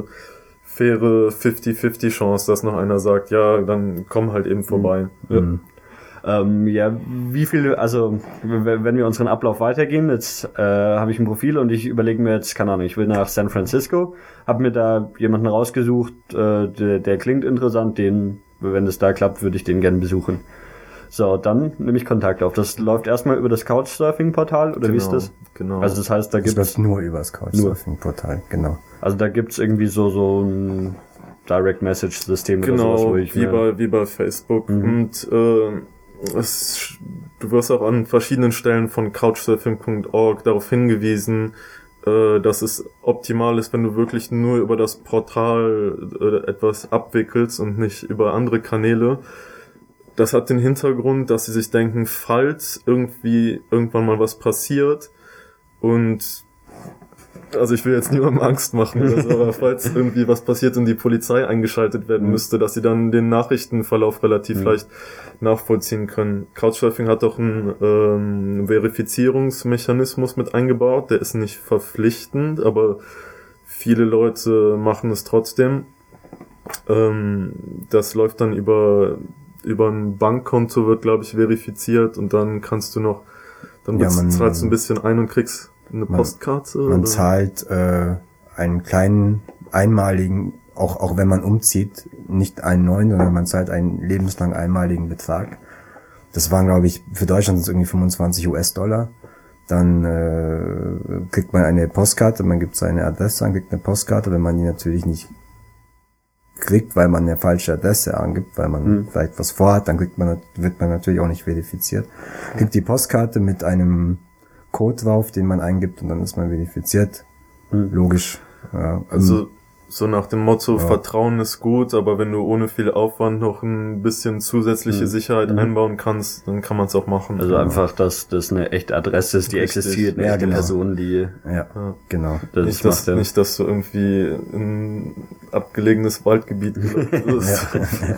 faire fünfzig fünfzig Chance, dass noch einer sagt, ja, dann komm halt eben vorbei. Mhm. Ja. Mhm. Ähm, ja, wie viele, also wenn wir unseren Ablauf weitergehen, jetzt äh, habe ich ein Profil und ich überlege mir jetzt, keine Ahnung, ich will nach San Francisco, habe mir da jemanden rausgesucht, äh, der, der klingt interessant, den, wenn es da klappt, würde ich den gerne besuchen. So, dann nehme ich Kontakt auf. Das läuft erstmal über das Couchsurfing-Portal, oder genau, wie ist das? Genau. Also das heißt, da gibt's... Das läuft nur über das Couchsurfing-Portal, genau. Also da gibt's irgendwie so so ein Direct-Message-System genau, oder sowas, wo ich wie bei wie bei Facebook. Mhm. Und äh, es, du wirst auch an verschiedenen Stellen von couchsurfing punkt org darauf hingewiesen, äh, dass es optimal ist, wenn du wirklich nur über das Portal äh, etwas abwickelst und nicht über andere Kanäle. Das hat den Hintergrund, dass sie sich denken, falls irgendwie irgendwann mal was passiert und also ich will jetzt niemandem Angst machen oder so, aber falls irgendwie was passiert und die Polizei eingeschaltet werden müsste, dass sie dann den Nachrichtenverlauf relativ mhm. leicht nachvollziehen können. Couchsurfing hat auch einen ähm, Verifizierungsmechanismus mit eingebaut, der ist nicht verpflichtend, aber viele Leute machen es trotzdem. Ähm, das läuft dann über über ein Bankkonto wird, glaube ich, verifiziert und dann kannst du noch, dann ja, man, zahlst du ein bisschen ein und kriegst eine man, Postkarte. Man oder? zahlt äh, einen kleinen, einmaligen, auch auch wenn man umzieht, nicht einen neuen, sondern man zahlt einen lebenslang einmaligen Betrag. Das waren, glaube ich, für Deutschland sind es irgendwie fünfundzwanzig US-Dollar. Dann äh, kriegt man eine Postkarte, man gibt seine Adresse an, kriegt eine Postkarte, wenn man die natürlich nicht kriegt, weil man eine falsche Adresse angibt, weil man hm. vielleicht was vorhat, dann kriegt man, wird man natürlich auch nicht verifiziert. Kriegt die Postkarte mit einem Code drauf, den man eingibt und dann ist man verifiziert. Hm. Logisch. Ja. Also so nach dem Motto, ja. Vertrauen ist gut, aber wenn du ohne viel Aufwand noch ein bisschen zusätzliche hm. Sicherheit hm. einbauen kannst, dann kann man es auch machen. Also ja. einfach, dass das eine echte Adresse ist, die Richtig. existiert, eine ja, echte genau. Person, die... Ja, ja. genau. Das nicht, dass, ja. nicht, dass du irgendwie in ein abgelegenes Waldgebiet bist.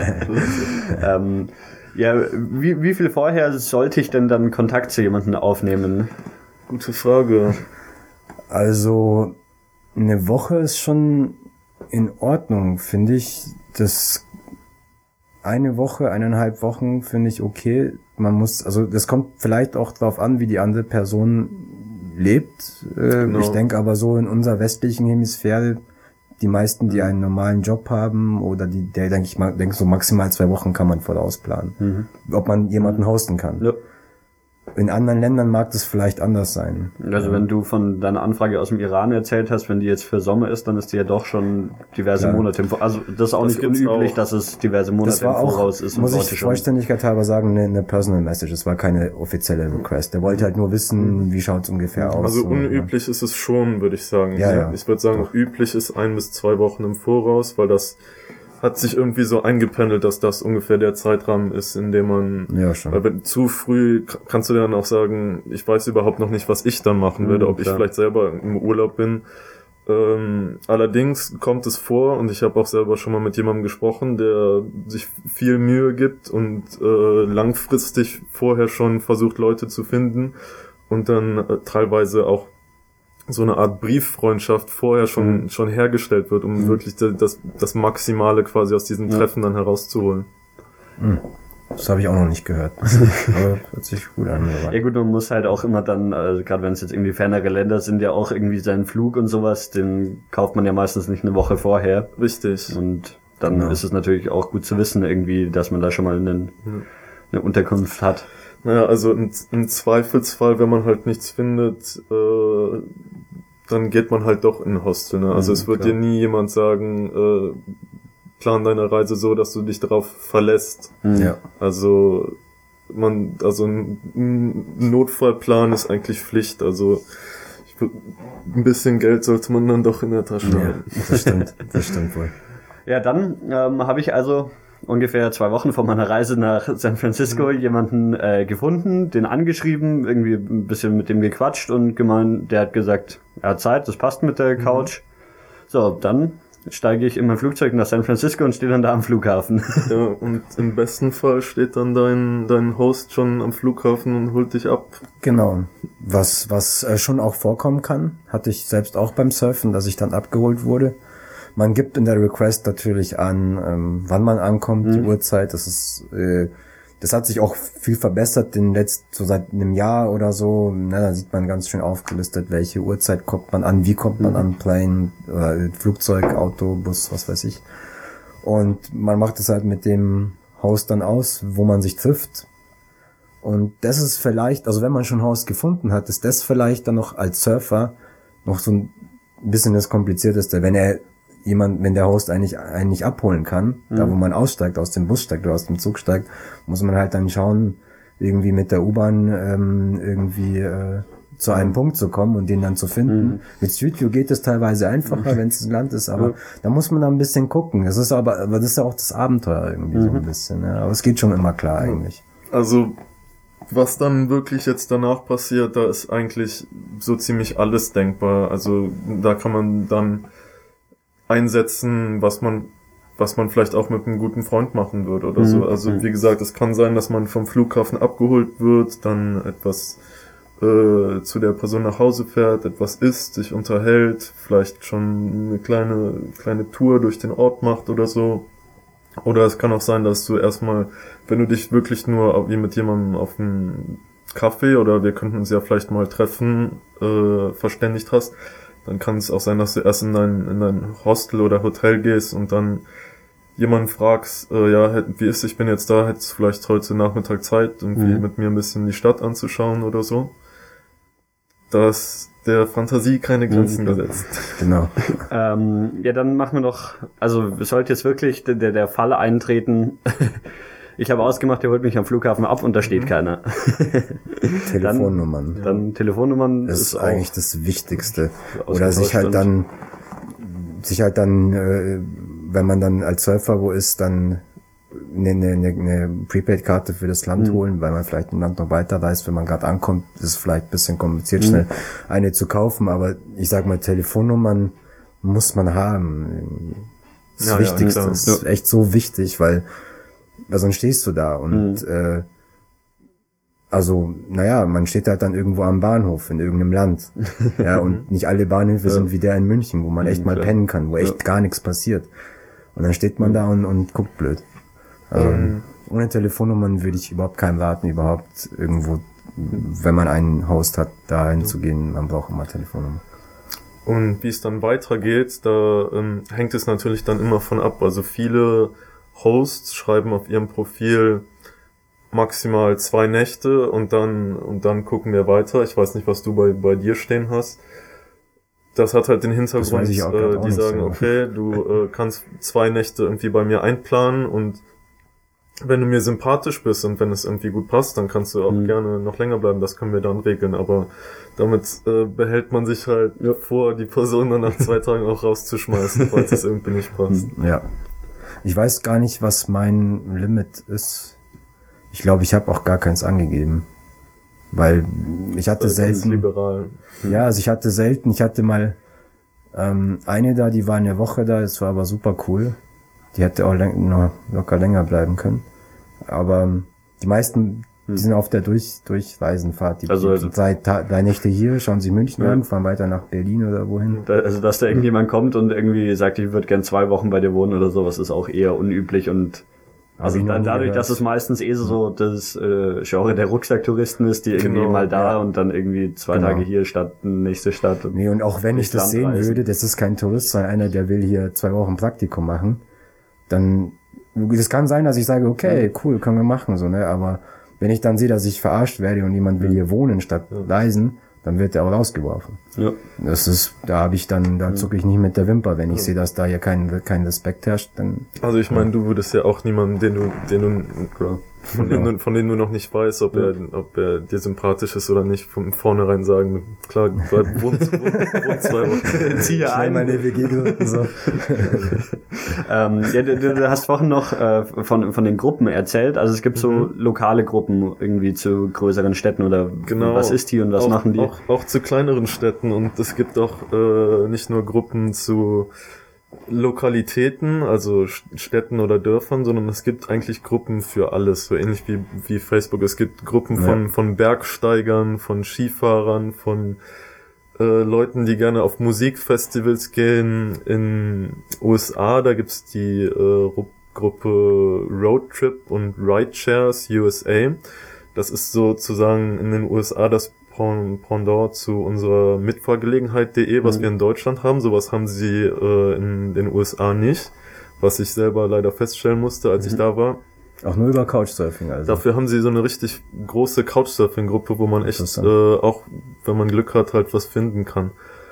ja, ähm, ja wie, wie viel vorher sollte ich denn dann Kontakt zu jemandem aufnehmen? Gute Frage. Also eine Woche ist schon in Ordnung, finde ich. Das eine Woche, eineinhalb Wochen finde ich okay. Man muss, also das kommt vielleicht auch drauf an, wie die andere Person lebt. Äh, Genau. Ich denke aber so in unserer westlichen Hemisphäre, die meisten, die einen normalen Job haben oder die, der denke ich mal, denke so maximal zwei Wochen kann man vorausplanen, Mhm. ob man jemanden hosten kann. Ja. In anderen Ländern mag das vielleicht anders sein. Also wenn du von deiner Anfrage aus dem Iran erzählt hast, wenn die jetzt für Sommer ist, dann ist die ja doch schon diverse Ja. Monate im Voraus. Also das ist auch Das nicht gibt's unüblich, auch. dass es diverse Monate Das war im auch, Voraus ist. und muss Leute ich schon- Vollständigkeit halber sagen, eine, eine Personal Message. Es war keine offizielle Request. Der wollte halt nur wissen, wie schaut's ungefähr aus. Also so, unüblich ist es schon, würde ich sagen. Ja, ja. Ich würde sagen, üblich ist ein bis zwei Wochen im Voraus, weil das hat sich irgendwie so eingependelt, dass das ungefähr der Zeitrahmen ist, in dem man, Ja, schon. weil wenn zu früh k- kannst du dann auch sagen, ich weiß überhaupt noch nicht, was ich dann machen Mhm, werde, ob ich klar. vielleicht selber im Urlaub bin. Ähm, allerdings kommt es vor, und ich habe auch selber schon mal mit jemandem gesprochen, der sich viel Mühe gibt und äh, langfristig vorher schon versucht, Leute zu finden und dann äh, teilweise auch so eine Art Brieffreundschaft vorher schon Mhm. schon hergestellt wird, um wirklich da- das das Maximale quasi aus diesen Ja. Treffen dann herauszuholen. Das habe ich auch noch nicht gehört. Aber hört sich gut an. Ja gut, man muss halt auch immer dann, also gerade wenn es jetzt irgendwie fernere Länder sind, ja auch irgendwie seinen Flug und sowas, den kauft man ja meistens nicht eine Woche vorher. Richtig. Und dann Genau. ist es natürlich auch gut zu wissen irgendwie, dass man da schon mal einen, eine Unterkunft hat. Naja, also im, im Zweifelsfall, wenn man halt nichts findet, äh, dann geht man halt doch in ein Hostel. Ne? Also Mhm, es wird klar. dir nie jemand sagen, äh, plan deine Reise so, dass du dich darauf verlässt. Ja. Also man, also ein, ein Notfallplan ist eigentlich Pflicht. Also ich, würd- ein bisschen Geld sollte man dann doch in der Tasche Ja, haben. das stimmt. Das stimmt wohl. Ja, dann ähm, habe ich also ungefähr zwei Wochen vor meiner Reise nach San Francisco jemanden äh, gefunden, den angeschrieben, irgendwie ein bisschen mit dem gequatscht und gemeint, der hat gesagt, er hat Zeit, das passt mit der Couch. So, dann steige ich in mein Flugzeug nach San Francisco und stehe dann da am Flughafen. Ja, und im besten Fall steht dann dein, dein Host schon am Flughafen und holt dich ab. Genau. Was, was äh, schon auch vorkommen kann, hatte ich selbst auch beim Surfen, dass ich dann abgeholt wurde. Man gibt in der Request natürlich an, ähm, wann man ankommt, die Uhrzeit. Das ist, äh, das hat sich auch viel verbessert, den letzten, so seit einem Jahr oder so. Na, da sieht man ganz schön aufgelistet, welche Uhrzeit kommt man an, wie kommt man an, Plane oder äh, Flugzeug, Auto, Bus, was weiß ich. Und man macht es halt mit dem Host dann aus, wo man sich trifft. Und das ist vielleicht, also wenn man schon ein Haus gefunden hat, ist das vielleicht dann noch als Surfer noch so ein bisschen das Komplizierteste, wenn er jemand, wenn der Host eigentlich eigentlich abholen kann, da wo man aussteigt, aus dem Bus steigt oder aus dem Zug steigt, muss man halt dann schauen, irgendwie mit der U-Bahn ähm, irgendwie äh, zu einem Punkt zu kommen und den dann zu finden. Mit Street View geht es teilweise einfacher, wenn es ein Land ist, aber da muss man dann ein bisschen gucken. Das ist aber, aber das ist ja auch das Abenteuer irgendwie so ein bisschen. Ja. Aber es geht schon immer klar eigentlich. Also, was dann wirklich jetzt danach passiert, da ist eigentlich so ziemlich alles denkbar. Also, da kann man dann einsetzen, was man was man vielleicht auch mit einem guten Freund machen würde oder so. Also, wie gesagt, es kann sein, dass man vom Flughafen abgeholt wird, dann etwas äh, zu der Person nach Hause fährt, etwas isst, sich unterhält, vielleicht schon eine kleine kleine Tour durch den Ort macht oder so. Oder es kann auch sein, dass du erstmal, wenn du dich wirklich nur wie mit jemandem auf einem Kaffee oder wir könnten uns ja vielleicht mal treffen, äh, verständigt hast, dann kann es auch sein, dass du erst in dein, in dein Hostel oder Hotel gehst und dann jemanden fragst, äh, ja, hätt- wie ist, ich bin jetzt da, hättest du vielleicht heute Nachmittag Zeit, irgendwie Mhm. mit mir ein bisschen die Stadt anzuschauen oder so. Da ist der Fantasie keine Grenzen Mhm. gesetzt. Genau. ähm, ja, dann machen wir noch, also es sollte jetzt wirklich der, der, der Fall eintreten. Ich habe ausgemacht, der holt mich am Flughafen ab und da steht keiner. Telefonnummern. Dann Telefonnummern Das ist auch- eigentlich das Wichtigste. Oder ausgetauscht sich halt und- dann, sich halt dann, äh, wenn man dann als Surfer wo ist, dann eine, eine, eine Prepaid-Karte für das Land holen, weil man vielleicht im Land noch weiter weiß, wenn man gerade ankommt, ist es vielleicht ein bisschen kompliziert, schnell eine zu kaufen, aber ich sag mal, Telefonnummern muss man haben. Das Ja, ja, Wichtigste, klar. das ist echt so wichtig, weil, weil sonst stehst du da und äh, Also, naja, man steht halt dann irgendwo am Bahnhof in irgendeinem Land. Ja, und nicht alle Bahnhöfe ja. sind wie der in München, wo man echt mal pennen kann, wo echt ja. gar nichts passiert. Und dann steht man da und, und guckt blöd. Also, mhm. ohne Telefonnummern würde ich überhaupt keinem raten, überhaupt irgendwo, wenn man einen Host hat, da hinzugehen. Man braucht immer Telefonnummer. Und wie es dann weitergeht, da ähm, hängt es natürlich dann immer von ab. Also viele Hosts schreiben auf ihrem Profil maximal zwei Nächte und dann und dann gucken wir weiter. Ich weiß nicht, was du bei bei dir stehen hast. Das hat halt den Hintergrund, äh, die sagen, so. okay, du äh, kannst zwei Nächte irgendwie bei mir einplanen und wenn du mir sympathisch bist und wenn es irgendwie gut passt, dann kannst du auch mhm. gerne noch länger bleiben. Das können wir dann regeln. Aber damit äh, behält man sich halt ja. vor, die Person dann nach zwei Tagen auch rauszuschmeißen, falls es irgendwie nicht passt. Ja. Ich weiß gar nicht, was mein Limit ist. Ich glaube, ich habe auch gar keins angegeben. Weil ich hatte das selten... liberal. Ja, also ich hatte selten, ich hatte mal ähm, eine da, die war eine Woche da, das war aber super cool. Die hätte auch läng- noch locker länger bleiben können. Aber ähm, die meisten, die hm. sind auf der Durch- Durchreisenfahrt. Die also, also drei, Ta- drei Nächte hier, schauen sie München ja. an, fahren weiter nach Berlin oder wohin. Da, also dass da irgendjemand kommt und irgendwie sagt, ich würde gern zwei Wochen bei dir wohnen oder sowas, ist auch eher unüblich und also dann dadurch, dass es meistens eh so das äh, Genre der Rucksacktouristen ist, die irgendwie genau, mal da ja. und dann irgendwie zwei genau. Tage hier statt nächste Stadt. Und nee, und auch wenn ich das sehen reisen. würde, das ist kein Tourist, sondern einer, der will hier zwei Wochen Praktikum machen, dann, es kann sein, dass ich sage, okay, cool, können wir machen, so, ne, aber wenn ich dann sehe, dass ich verarscht werde und jemand will hier wohnen statt ja. reisen, dann wird er auch rausgeworfen. Ja. Das ist, da habe ich dann, da zucke ich nicht mit der Wimper, wenn ich ja. sehe, dass da hier kein, kein Respekt herrscht, dann. Also ich meine, du würdest ja auch niemanden, den du, den du, ja. von, dem du von dem du noch nicht weißt, ob ja. er, ob er dir sympathisch ist oder nicht, von vornherein sagen, klar, bleib, wohn, wohn, wohn zwei Wochen. Zieh hier ein. Meine W G gründen, so. ähm, ja, du, du hast vorhin noch äh, von, von den Gruppen erzählt, also es gibt so mhm. lokale Gruppen irgendwie zu größeren Städten oder genau. was ist die und was auch, machen die? Auch, auch zu kleineren Städten und es gibt auch äh, nicht nur Gruppen zu Lokalitäten, also Städten oder Dörfern, sondern es gibt eigentlich Gruppen für alles, so ähnlich wie wie Facebook. Es gibt Gruppen ja. von von Bergsteigern, von Skifahrern, von äh, Leuten, die gerne auf Musikfestivals gehen. In U S A, da gibt's die äh, Gruppe Roadtrip und Rideshares U S A. Das ist sozusagen in den U S A das Pendant zu unserer Mitfahrgelegenheit.de, was mhm. wir in Deutschland haben. Sowas haben sie äh, in den U S A nicht, was ich selber leider feststellen musste, als mhm. ich da war. Auch nur über Couchsurfing also. Dafür haben sie so eine richtig große Couchsurfing-Gruppe, wo man echt äh, auch, wenn man Glück hat, halt was finden kann.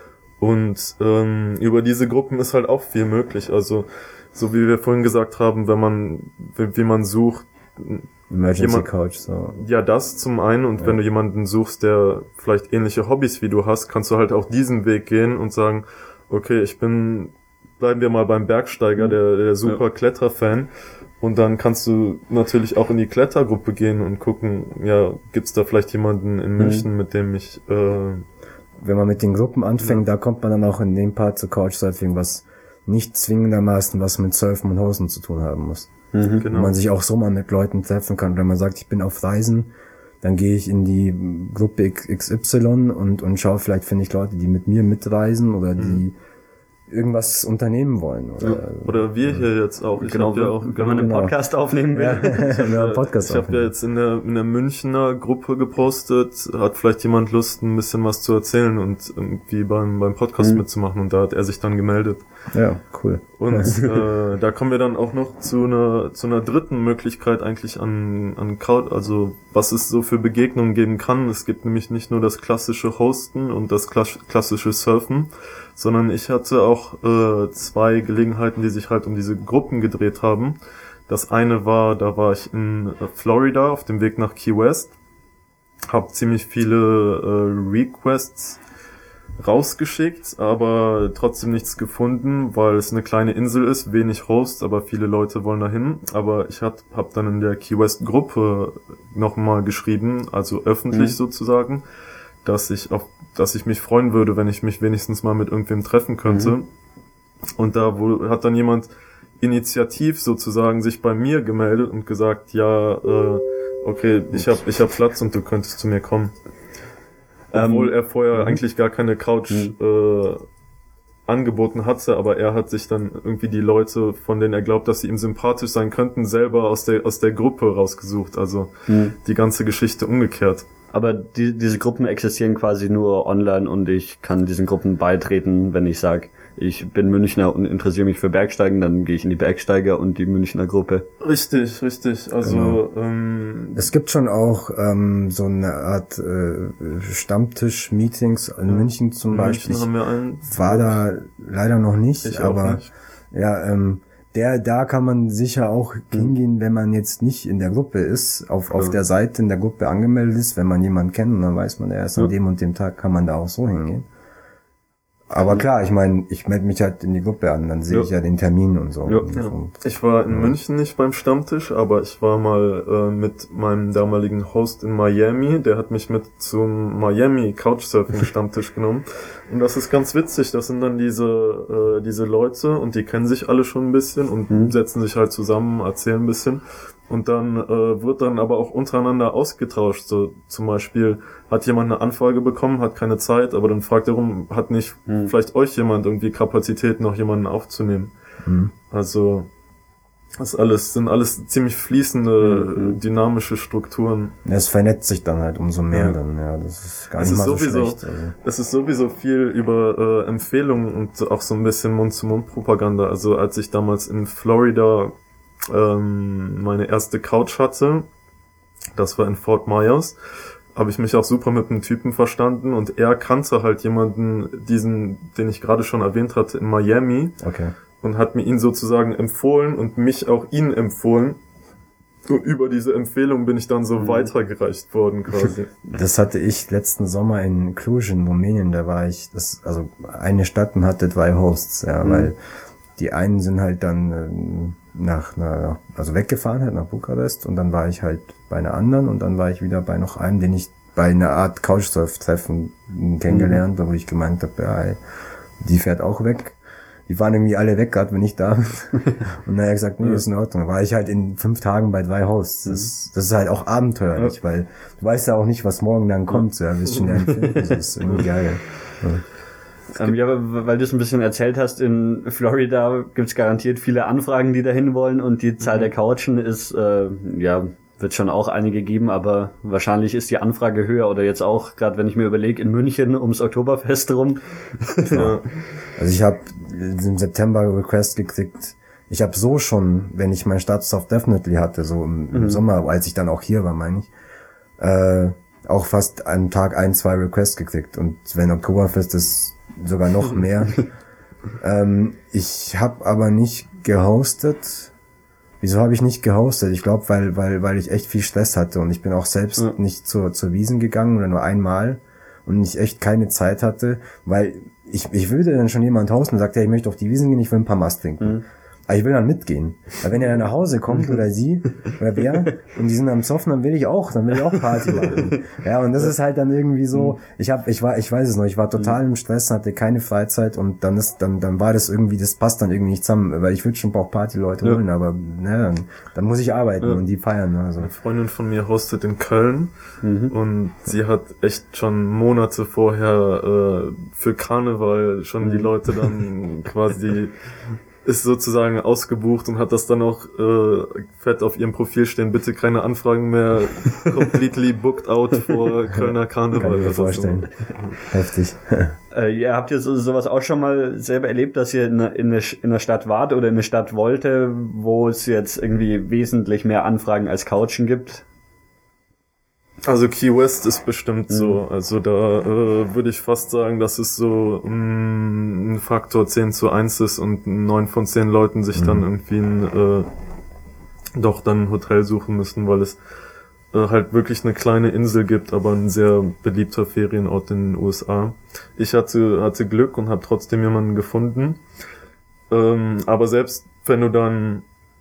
Und ähm, über diese Gruppen ist halt auch viel möglich. Also so wie wir vorhin gesagt haben, wenn man wie, wie man sucht, Emergency jemand, Couch, so. Ja, das zum einen und ja. wenn du jemanden suchst, der vielleicht ähnliche Hobbys wie du hast, kannst du halt auch diesen Weg gehen und sagen, okay, ich bin, bleiben wir mal beim Bergsteiger, der, der super ja. Kletterfan und dann kannst du natürlich auch in die Klettergruppe gehen und gucken, ja, gibt's da vielleicht jemanden in München, mhm. mit dem ich, äh, wenn man mit den Gruppen anfängt, ja. da kommt man dann auch in dem Part zu Couchsurfing, was nicht zwingendermaßen was mit Surfen und Hosen zu tun haben muss. Mhm, genau. Wo man sich auch so mal mit Leuten treffen kann. Wenn man sagt, ich bin auf Reisen, dann gehe ich in die Gruppe X Y und, und schaue, vielleicht finde ich Leute, die mit mir mitreisen oder die mhm. irgendwas unternehmen wollen. Oder, ja. oder wir hier jetzt auch. Ich genau, ja auch, wenn man einen genau. Podcast aufnehmen will. Ja, Podcast ich habe ja jetzt in der, in der Münchner Gruppe gepostet, hat vielleicht jemand Lust, ein bisschen was zu erzählen und irgendwie beim, beim Podcast mhm. mitzumachen und da hat er sich dann gemeldet. Ja, cool. Und äh, da kommen wir dann auch noch zu einer zu einer dritten Möglichkeit eigentlich an an Couch, also was es so für Begegnungen geben kann. Es gibt nämlich nicht nur das klassische Hosten und das klassische Surfen, sondern ich hatte auch äh, zwei Gelegenheiten, die sich halt um diese Gruppen gedreht haben. Das eine war, da war ich in Florida auf dem Weg nach Key West, habe ziemlich viele äh, Requests rausgeschickt, aber trotzdem nichts gefunden, weil es eine kleine Insel ist, wenig Hosts, aber viele Leute wollen dahin. Aber ich habe hab dann in der Key West Gruppe nochmal geschrieben, also öffentlich mhm. sozusagen, dass ich auf, dass ich mich freuen würde, wenn ich mich wenigstens mal mit irgendwem treffen könnte. Mhm. Und da wo, hat dann jemand initiativ sozusagen sich bei mir gemeldet und gesagt, ja, äh, okay, ich hab, ich hab Platz und du könntest zu mir kommen. Obwohl er vorher mhm. eigentlich gar keine Couch Mhm. äh, angeboten hatte, aber er hat sich dann irgendwie die Leute, von denen er glaubt, dass sie ihm sympathisch sein könnten, selber aus der aus der Gruppe rausgesucht. Also Mhm. die ganze Geschichte umgekehrt. Aber die, diese Gruppen existieren quasi nur online und ich kann diesen Gruppen beitreten, wenn ich sage, ich bin Münchner und interessiere mich für Bergsteigen, dann gehe ich in die Bergsteiger und die Münchner Gruppe. Richtig, richtig. Also Genau. ähm, Es gibt schon auch ähm, so eine Art äh, Stammtisch-Meetings in München zum in Beispiel. München haben wir einen. Ich war da leider noch nicht, Ich auch aber nicht. ja, ähm, der, da kann man sicher auch hingehen, wenn man jetzt nicht in der Gruppe ist, auf, auf Ja. der Seite in der Gruppe angemeldet ist, wenn man jemanden kennt und dann weiß man, er ist an Ja. dem und dem Tag, kann man da auch so hingehen. Aber klar, ich meine, ich melde mich halt in die Gruppe an, dann sehe Ja. ich ja den Termin und so. Ja. Und, Ja. und, Ich war in München nicht beim Stammtisch, aber ich war mal äh, mit meinem damaligen Host in Miami. Der hat mich mit zum Miami Couchsurfing Stammtisch genommen. Und das ist ganz witzig. Das sind dann diese äh, diese Leute und die kennen sich alle schon ein bisschen und Mhm. setzen sich halt zusammen, erzählen ein bisschen. Und dann äh, wird dann aber auch untereinander ausgetauscht. So zum Beispiel hat jemand eine Anfrage bekommen, hat keine Zeit, aber dann fragt er rum, hat nicht Mhm. vielleicht euch jemand irgendwie Kapazität, noch jemanden aufzunehmen. hm. Also das ist alles sind alles ziemlich fließende, Mhm. dynamische Strukturen. Es vernetzt sich dann halt umso mehr Ja. dann, ja, das ist gar Es nicht ist mal so sowieso- schlecht. Also. Es ist sowieso viel über äh, Empfehlungen und auch so ein bisschen Mund-zu-Mund-Propaganda. Also als ich damals in Florida ähm, meine erste Couch hatte, das war in Fort Myers, habe ich mich auch super mit einem Typen verstanden und er kannte halt jemanden, diesen, den ich gerade schon erwähnt hatte, in Miami Okay. und hat mir ihn sozusagen empfohlen und mich auch ihn empfohlen. Und über diese Empfehlung bin ich dann so weitergereicht worden quasi. Das hatte ich letzten Sommer in Cluj in Rumänien, da war ich, das, also eine Stadt und hatte zwei Hosts, ja, Mhm. weil die einen sind halt dann ähm, nach, nach, also weggefahren halt nach Bukarest und dann war ich halt bei einer anderen und dann war ich wieder bei noch einem, den ich bei einer Art Couchsurf-Treffen kennengelernt, wo ich gemeint habe, ja, ey, die fährt auch weg. Die waren irgendwie alle weg, gerade wenn ich da bin. Und dann hat er gesagt, nee, ist in Ordnung. War ich halt in fünf Tagen bei zwei Hosts. Das, das ist halt auch abenteuerlich, weil du weißt ja auch nicht, was morgen dann kommt. Ja, wirst schon gerne finden. Das ist irgendwie geil. Ja. Ähm, ja, weil du es ein bisschen erzählt hast, in Florida gibt's garantiert viele Anfragen, die dahin wollen und die Zahl der Couchen ist, äh, ja, wird schon auch einige geben, aber wahrscheinlich ist die Anfrage höher oder jetzt auch, gerade wenn ich mir überlege, in München ums Oktoberfest rum. Ja. Also ich habe im September Request gekriegt. Ich habe so schon, wenn ich meinen Status auf Definitely hatte, so im, im Mhm. Sommer, als ich dann auch hier war, meine ich, äh, auch fast an Tag ein, zwei Requests gekriegt. Und wenn Oktoberfest ist, sogar noch mehr. ähm, ich habe aber nicht gehostet. Wieso habe ich nicht gehostet? Ich glaube, weil weil weil ich echt viel Stress hatte und ich bin auch selbst Ja. nicht zur zur Wiesn gegangen oder nur einmal und ich echt keine Zeit hatte, weil ich ich würde dann schon jemand hosten und sagt, ja, ich möchte auf die Wiesn gehen, ich will ein paar Maß trinken. Mhm. Aber ich will dann mitgehen. Weil wenn er dann nach Hause kommt oder sie oder wer und die sind am Zoffen, dann will ich auch, dann will ich auch Party machen. Ja, und das ist halt dann irgendwie so, ich hab, ich war, ich weiß es noch, ich war total im Stress, hatte keine Freizeit und dann ist, dann, dann war das irgendwie, das passt dann irgendwie nicht zusammen, weil ich würde schon auch Partyleute Ja. holen, aber ne, dann, dann muss ich arbeiten Ja. und die feiern. Also. Eine Freundin von mir hostet in Köln Mhm. und sie hat echt schon Monate vorher äh, für Karneval schon die Leute dann quasi ist sozusagen ausgebucht und hat das dann auch äh, fett auf ihrem Profil stehen, bitte keine Anfragen mehr, completely booked out vor Kölner Karneval. Kann ich mir Das ist vorstellen. Heftig. Äh, ihr habt ihr so, sowas auch schon mal selber erlebt, dass ihr in, einer- in, einer Sch- in einer Stadt wart oder in eine Stadt wollte, wo es jetzt irgendwie wesentlich mehr Anfragen als Couchen gibt? Also Key West ist bestimmt so. Also da äh, würde ich fast sagen, dass es so mh, ein Faktor zehn zu eins ist und neun von zehn Leuten sich dann irgendwie ein, äh, doch dann ein Hotel suchen müssen, weil es äh, halt wirklich eine kleine Insel gibt, aber ein sehr beliebter Ferienort in den U S A. Ich hatte, hatte Glück und habe trotzdem jemanden gefunden. Ähm, aber selbst wenn du dann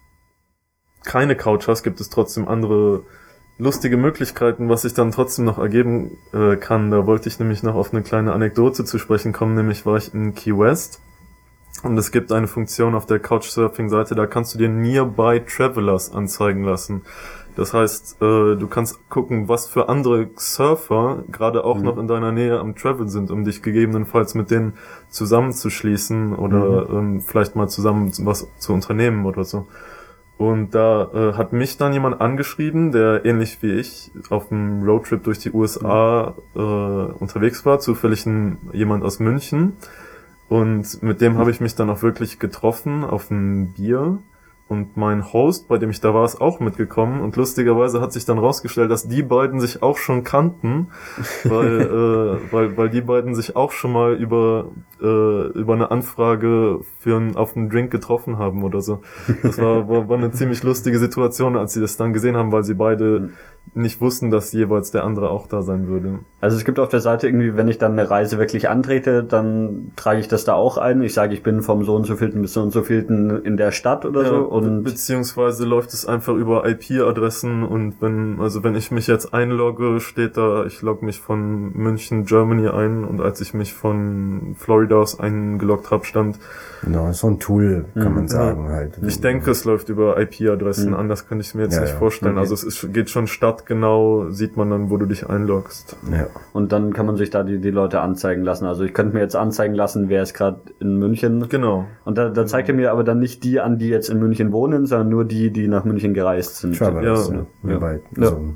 keine Couch hast, gibt es trotzdem andere lustige Möglichkeiten, was sich dann trotzdem noch ergeben äh, kann. Da wollte ich nämlich noch auf eine kleine Anekdote zu sprechen kommen, nämlich war ich in Key West Und es gibt eine Funktion auf der Couchsurfing-Seite, da kannst du dir Nearby Travelers anzeigen lassen. Das heißt, äh, du kannst gucken, was für andere Surfer gerade auch mhm. noch in deiner Nähe am Travel sind, um dich gegebenenfalls mit denen zusammenzuschließen oder mhm. ähm, vielleicht mal zusammen was zu unternehmen oder so. Und da äh, hat mich dann jemand angeschrieben, der ähnlich wie ich auf einem Roadtrip durch die U S A äh, unterwegs war, zufällig ein, jemand aus München. Und mit dem habe ich mich dann auch wirklich getroffen auf ein Bier. Und mein Host, bei dem ich da war, ist auch mitgekommen. Und lustigerweise hat sich dann rausgestellt, dass die beiden sich auch schon kannten, weil äh, weil weil die beiden sich auch schon mal über äh, über eine Anfrage für einen, auf einen Drink getroffen haben oder so. Das war, war war eine ziemlich lustige Situation, als sie das dann gesehen haben, weil sie beide nicht wussten, dass jeweils der andere auch da sein würde. Also es gibt auf der Seite irgendwie, wenn ich dann eine Reise wirklich antrete, dann trage ich das da auch ein. Ich sage, ich bin vom so und so vielten bis so und so vielten in der Stadt oder ja, so. Und beziehungsweise läuft es einfach über I P-Adressen und wenn, also wenn ich mich jetzt einlogge, steht da, ich logge mich von München, Germany ein und als ich mich von Florida aus eingeloggt habe, stand... Genau, so ein Tool, kann mhm. man sagen ja. halt. Ich denke, es läuft über I P-Adressen, mhm. anders kann ich es mir jetzt ja, nicht ja. vorstellen. Okay. Also es ist, geht schon stadtgenau, sieht man dann, wo du dich einloggst. Ja. Und dann kann man sich da die, die Leute anzeigen lassen. Also ich könnte mir jetzt anzeigen lassen, wer ist gerade in München. Genau. Und da, da zeigt er mir aber dann nicht die an, die jetzt in München wohnen, sondern nur die, die nach München gereist sind. Travelers, ja. ja. Ja. Ja. Bei Ja. so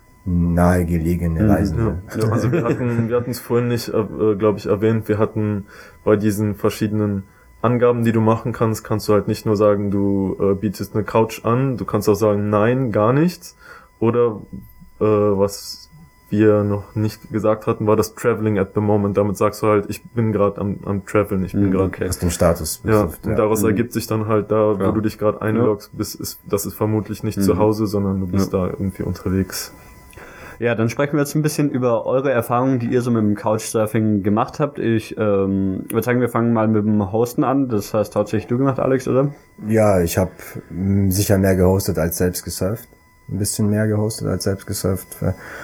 nahegelegene Mhm. Reisende. Ja. Also wir hatten, wir hatten es vorhin nicht, äh, glaube ich, erwähnt, wir hatten bei diesen verschiedenen Angaben, die du machen kannst, kannst du halt nicht nur sagen, du äh, bietest eine Couch an, du kannst auch sagen, nein, gar nichts. Oder äh, was wir noch nicht gesagt hatten, war das Traveling at the moment. Damit sagst du halt, ich bin gerade am, am Traveln, ich bin Mhm, gerade... okay. Was den Status Ja, betrifft. und daraus Mhm. ergibt sich dann halt da, wo Ja. du dich gerade einloggst, bist, ist, das ist vermutlich nicht Mhm. zu Hause, sondern du bist Ja. da irgendwie unterwegs. Ja, dann sprechen wir jetzt ein bisschen über eure Erfahrungen, die ihr so mit dem Couchsurfing gemacht habt. Ich ähm, würde sagen, wir fangen mal mit dem Hosten an. Das hast hauptsächlich du gemacht, Alex, oder? Ja, ich habe sicher mehr gehostet als selbst gesurft. Ein bisschen mehr gehostet als selbst gesurft.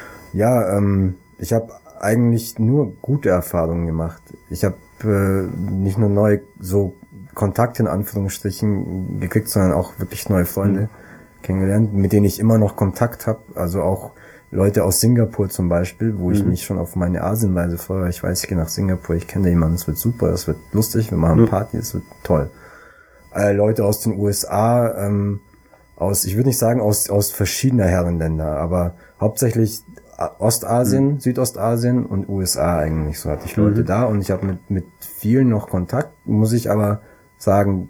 Ja, ähm, ich habe eigentlich nur gute Erfahrungen gemacht. Ich habe äh, nicht nur neue so Kontakte in Anführungsstrichen gekriegt, sondern auch wirklich neue Freunde mhm. kennengelernt, mit denen ich immer noch Kontakt habe. Also auch Leute aus Singapur zum Beispiel, wo ich mhm. mich schon auf meine Asienreise freue. Ich weiß, ich gehe nach Singapur, ich kenne da jemanden, es wird super, es wird lustig, wir machen mhm. Party, es wird toll. Äh, Leute aus den U S A, ähm, aus, ich würde nicht sagen aus aus verschiedener Herrenländer, aber hauptsächlich Ostasien, mhm. Südostasien und U S A eigentlich. So hatte ich Leute mhm. da und ich habe mit mit vielen noch Kontakt, muss ich aber sagen,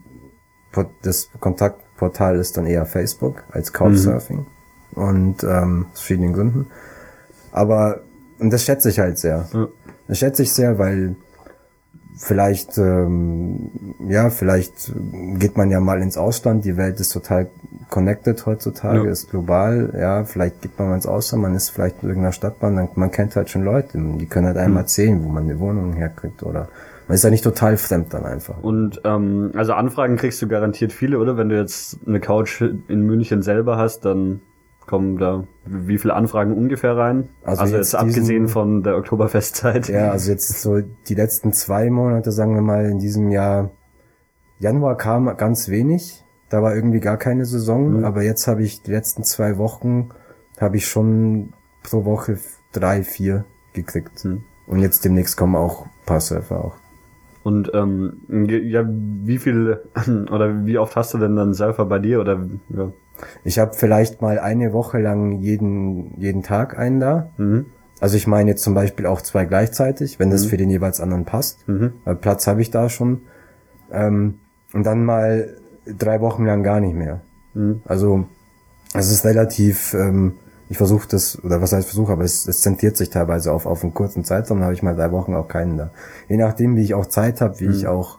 das Kontaktportal ist dann eher Facebook als Couchsurfing. Mhm. Und ähm, aus verschiedenen Gründen. Aber, und das schätze ich halt sehr. Ja. Das schätze ich sehr, weil vielleicht, ähm, ja, vielleicht geht man ja mal ins Ausland. Die Welt ist total connected heutzutage, ja. ist global. Ja, vielleicht geht man mal ins Ausland, man ist vielleicht in irgendeiner Stadt, man, man kennt halt schon Leute. Die können halt einem mhm. erzählen, wo man eine Wohnung herkriegt oder man ist ja nicht total fremd dann einfach. Und ähm, also Anfragen kriegst du garantiert viele, oder? Wenn du jetzt eine Couch in München selber hast, dann kommen da wie viele Anfragen ungefähr rein? Also, also jetzt, jetzt abgesehen diesen, von der Oktoberfestzeit. Ja, also jetzt so die letzten zwei Monate, sagen wir mal, in diesem Jahr. Januar kam ganz wenig, da war irgendwie gar keine Saison, mhm. aber jetzt habe ich die letzten zwei Wochen, habe ich schon pro Woche drei, vier gekriegt. Mhm. Und jetzt demnächst kommen auch ein paar Surfer auch. Und ähm, ja, wie viel oder wie oft hast du denn dann Surfer bei dir oder ja? Ich habe vielleicht mal eine Woche lang jeden jeden Tag einen da. Mhm. Also ich meine jetzt zum Beispiel auch zwei gleichzeitig, wenn das mhm. für den jeweils anderen passt. Mhm. Weil Platz habe ich da schon. Ähm, und dann mal drei Wochen lang gar nicht mehr. Mhm. Also es ist relativ, ähm, ich versuche das, oder was heißt versuche, aber es, es zentriert sich teilweise auf auf einen kurzen Zeitraum, dann habe ich mal drei Wochen auch keinen da. Je nachdem, wie ich auch Zeit habe, wie mhm. ich auch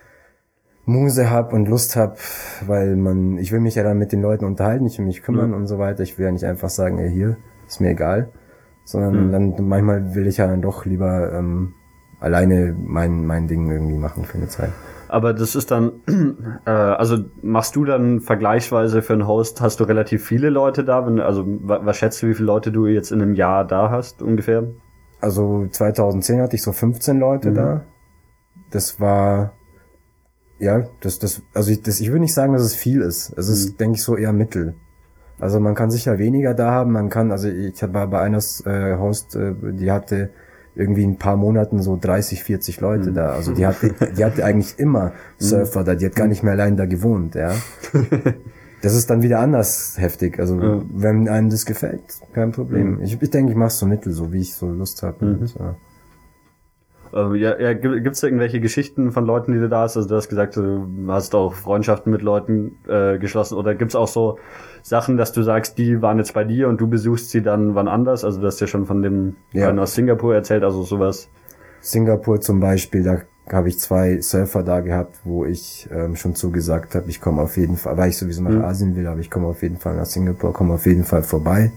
Muse hab und Lust hab, weil man, ich will mich ja dann mit den Leuten unterhalten, ich will mich kümmern mhm. und so weiter. Ich will ja nicht einfach sagen, ey, hier, ist mir egal, sondern mhm. dann manchmal will ich ja dann doch lieber ähm, alleine mein mein Ding irgendwie machen für eine Zeit. Aber das ist dann, äh, also machst du dann vergleichsweise für einen Host, hast du relativ viele Leute da? Wenn, also was schätzt du, wie viele Leute du jetzt in einem Jahr da hast ungefähr? Also zweitausendzehn hatte ich so fünfzehn Leute mhm. da. Das war Ja, das, das, also ich, das, ich würde nicht sagen, dass es viel ist. Es ist, mhm. denke ich, so eher Mittel. Also man kann sicher weniger da haben, man kann, also ich war bei einer äh, Host, äh, die hatte irgendwie in ein paar Monaten so dreißig, vierzig Leute mhm. da. Also die hatte, die hatte eigentlich immer Surfer da, die hat gar nicht mehr allein da gewohnt, ja. Das ist dann wieder anders heftig. Also ja. wenn einem das gefällt, kein Problem. Mhm. Ich, ich denke, ich mache so Mittel, so wie ich so Lust habe. Mhm. Ja. Ähm, ja, ja, gibt es irgendwelche Geschichten von Leuten, die du da hast? Also du hast gesagt, du hast auch Freundschaften mit Leuten äh, geschlossen. Oder gibt es auch so Sachen, dass du sagst, die waren jetzt bei dir und du besuchst sie dann wann anders? Also du hast ja schon von dem ja. einen aus Singapur erzählt, also sowas. Singapur zum Beispiel, da habe ich zwei Surfer da gehabt, wo ich ähm, schon zugesagt habe, ich komme auf jeden Fall, weil ich sowieso nach mhm. Asien will, aber ich komme auf jeden Fall nach Singapur, komme auf jeden Fall vorbei.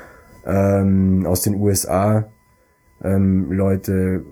Ähm, aus den U S A ähm, Leute,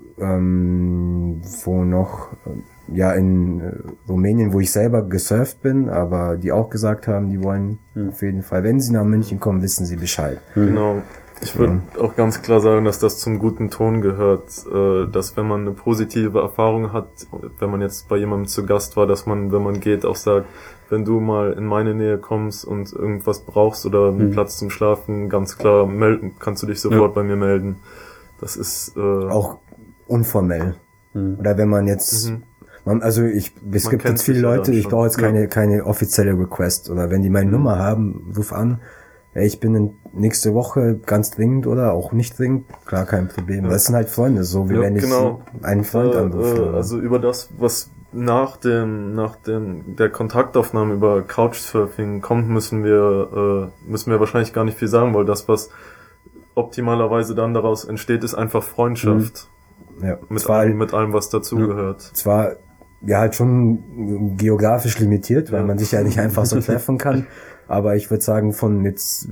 ähm, wo noch, ja in äh, Rumänien, wo ich selber gesurft bin, aber die auch gesagt haben, die wollen mhm. auf jeden Fall, wenn sie nach München kommen, wissen sie Bescheid. Genau. Ich würde ja. auch ganz klar sagen, dass das zum guten Ton gehört, äh, dass wenn man eine positive Erfahrung hat, wenn man jetzt bei jemandem zu Gast war, dass man, wenn man geht, auch sagt, wenn du mal in meine Nähe kommst und irgendwas brauchst oder einen mhm. Platz zum Schlafen, ganz klar melden, kannst du dich sofort ja. bei mir melden. Das ist äh, auch unformell. Mhm. Oder wenn man jetzt, mhm. man, also ich, es man gibt jetzt viele Leute, ich brauche jetzt keine ja. keine offizielle Request oder wenn die meine mhm. Nummer haben, ruf an. Ja, ich bin in nächste Woche ganz dringend oder auch nicht dringend, klar, kein Problem. Ja. Das sind halt Freunde, so wie ja, wenn ich genau. einen Freund äh, anrufe. Äh, also über das, was nach dem nach dem der Kontaktaufnahme über Couchsurfing kommt, müssen wir äh, müssen wir wahrscheinlich gar nicht viel sagen, weil das, was optimalerweise dann daraus entsteht, ist einfach Freundschaft. Mhm. Ja. Mit zwar, allem, mit allem, was dazugehört. Ja. Zwar ja halt schon geografisch limitiert, weil ja. man sich ja nicht einfach so treffen kann. Aber ich würde sagen, von jetzt,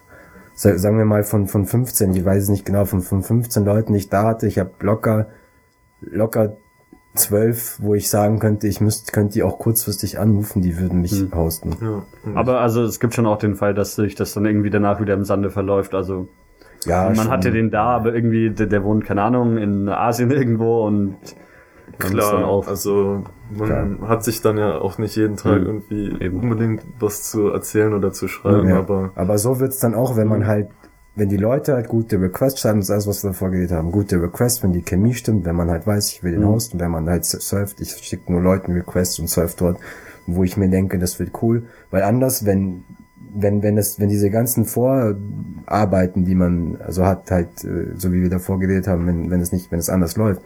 sagen wir mal von von fünfzehn, ich weiß es nicht genau, von von fünfzehn Leuten, die ich da hatte, ich habe locker locker zwölf, wo ich sagen könnte, ich müsste könnte die auch kurzfristig anrufen, die würden mich hm. hosten. Ja. Aber also es gibt schon auch den Fall, dass sich das dann irgendwie danach wieder im Sande verläuft. Also ja, man schon. hatte den da, aber irgendwie der, der wohnt keine Ahnung in Asien irgendwo und klar, dann auch also man klar. hat sich dann ja auch nicht jeden Tag mhm. irgendwie Eben. unbedingt was zu erzählen oder zu schreiben, ja. aber aber so wird's dann auch, wenn man mhm. halt, wenn die Leute halt gute Requests schreiben, das ist alles, was wir davor geredet haben, gute Requests, wenn die Chemie stimmt, wenn man halt weiß, ich will den mhm. hosten, wenn man halt surft, ich schicke nur Leuten Requests und surf dort, wo ich mir denke, das wird cool, weil anders, wenn wenn wenn es wenn diese ganzen Vorarbeiten, die man also hat, halt so wie wir davor geredet haben, wenn wenn es nicht, wenn es anders läuft,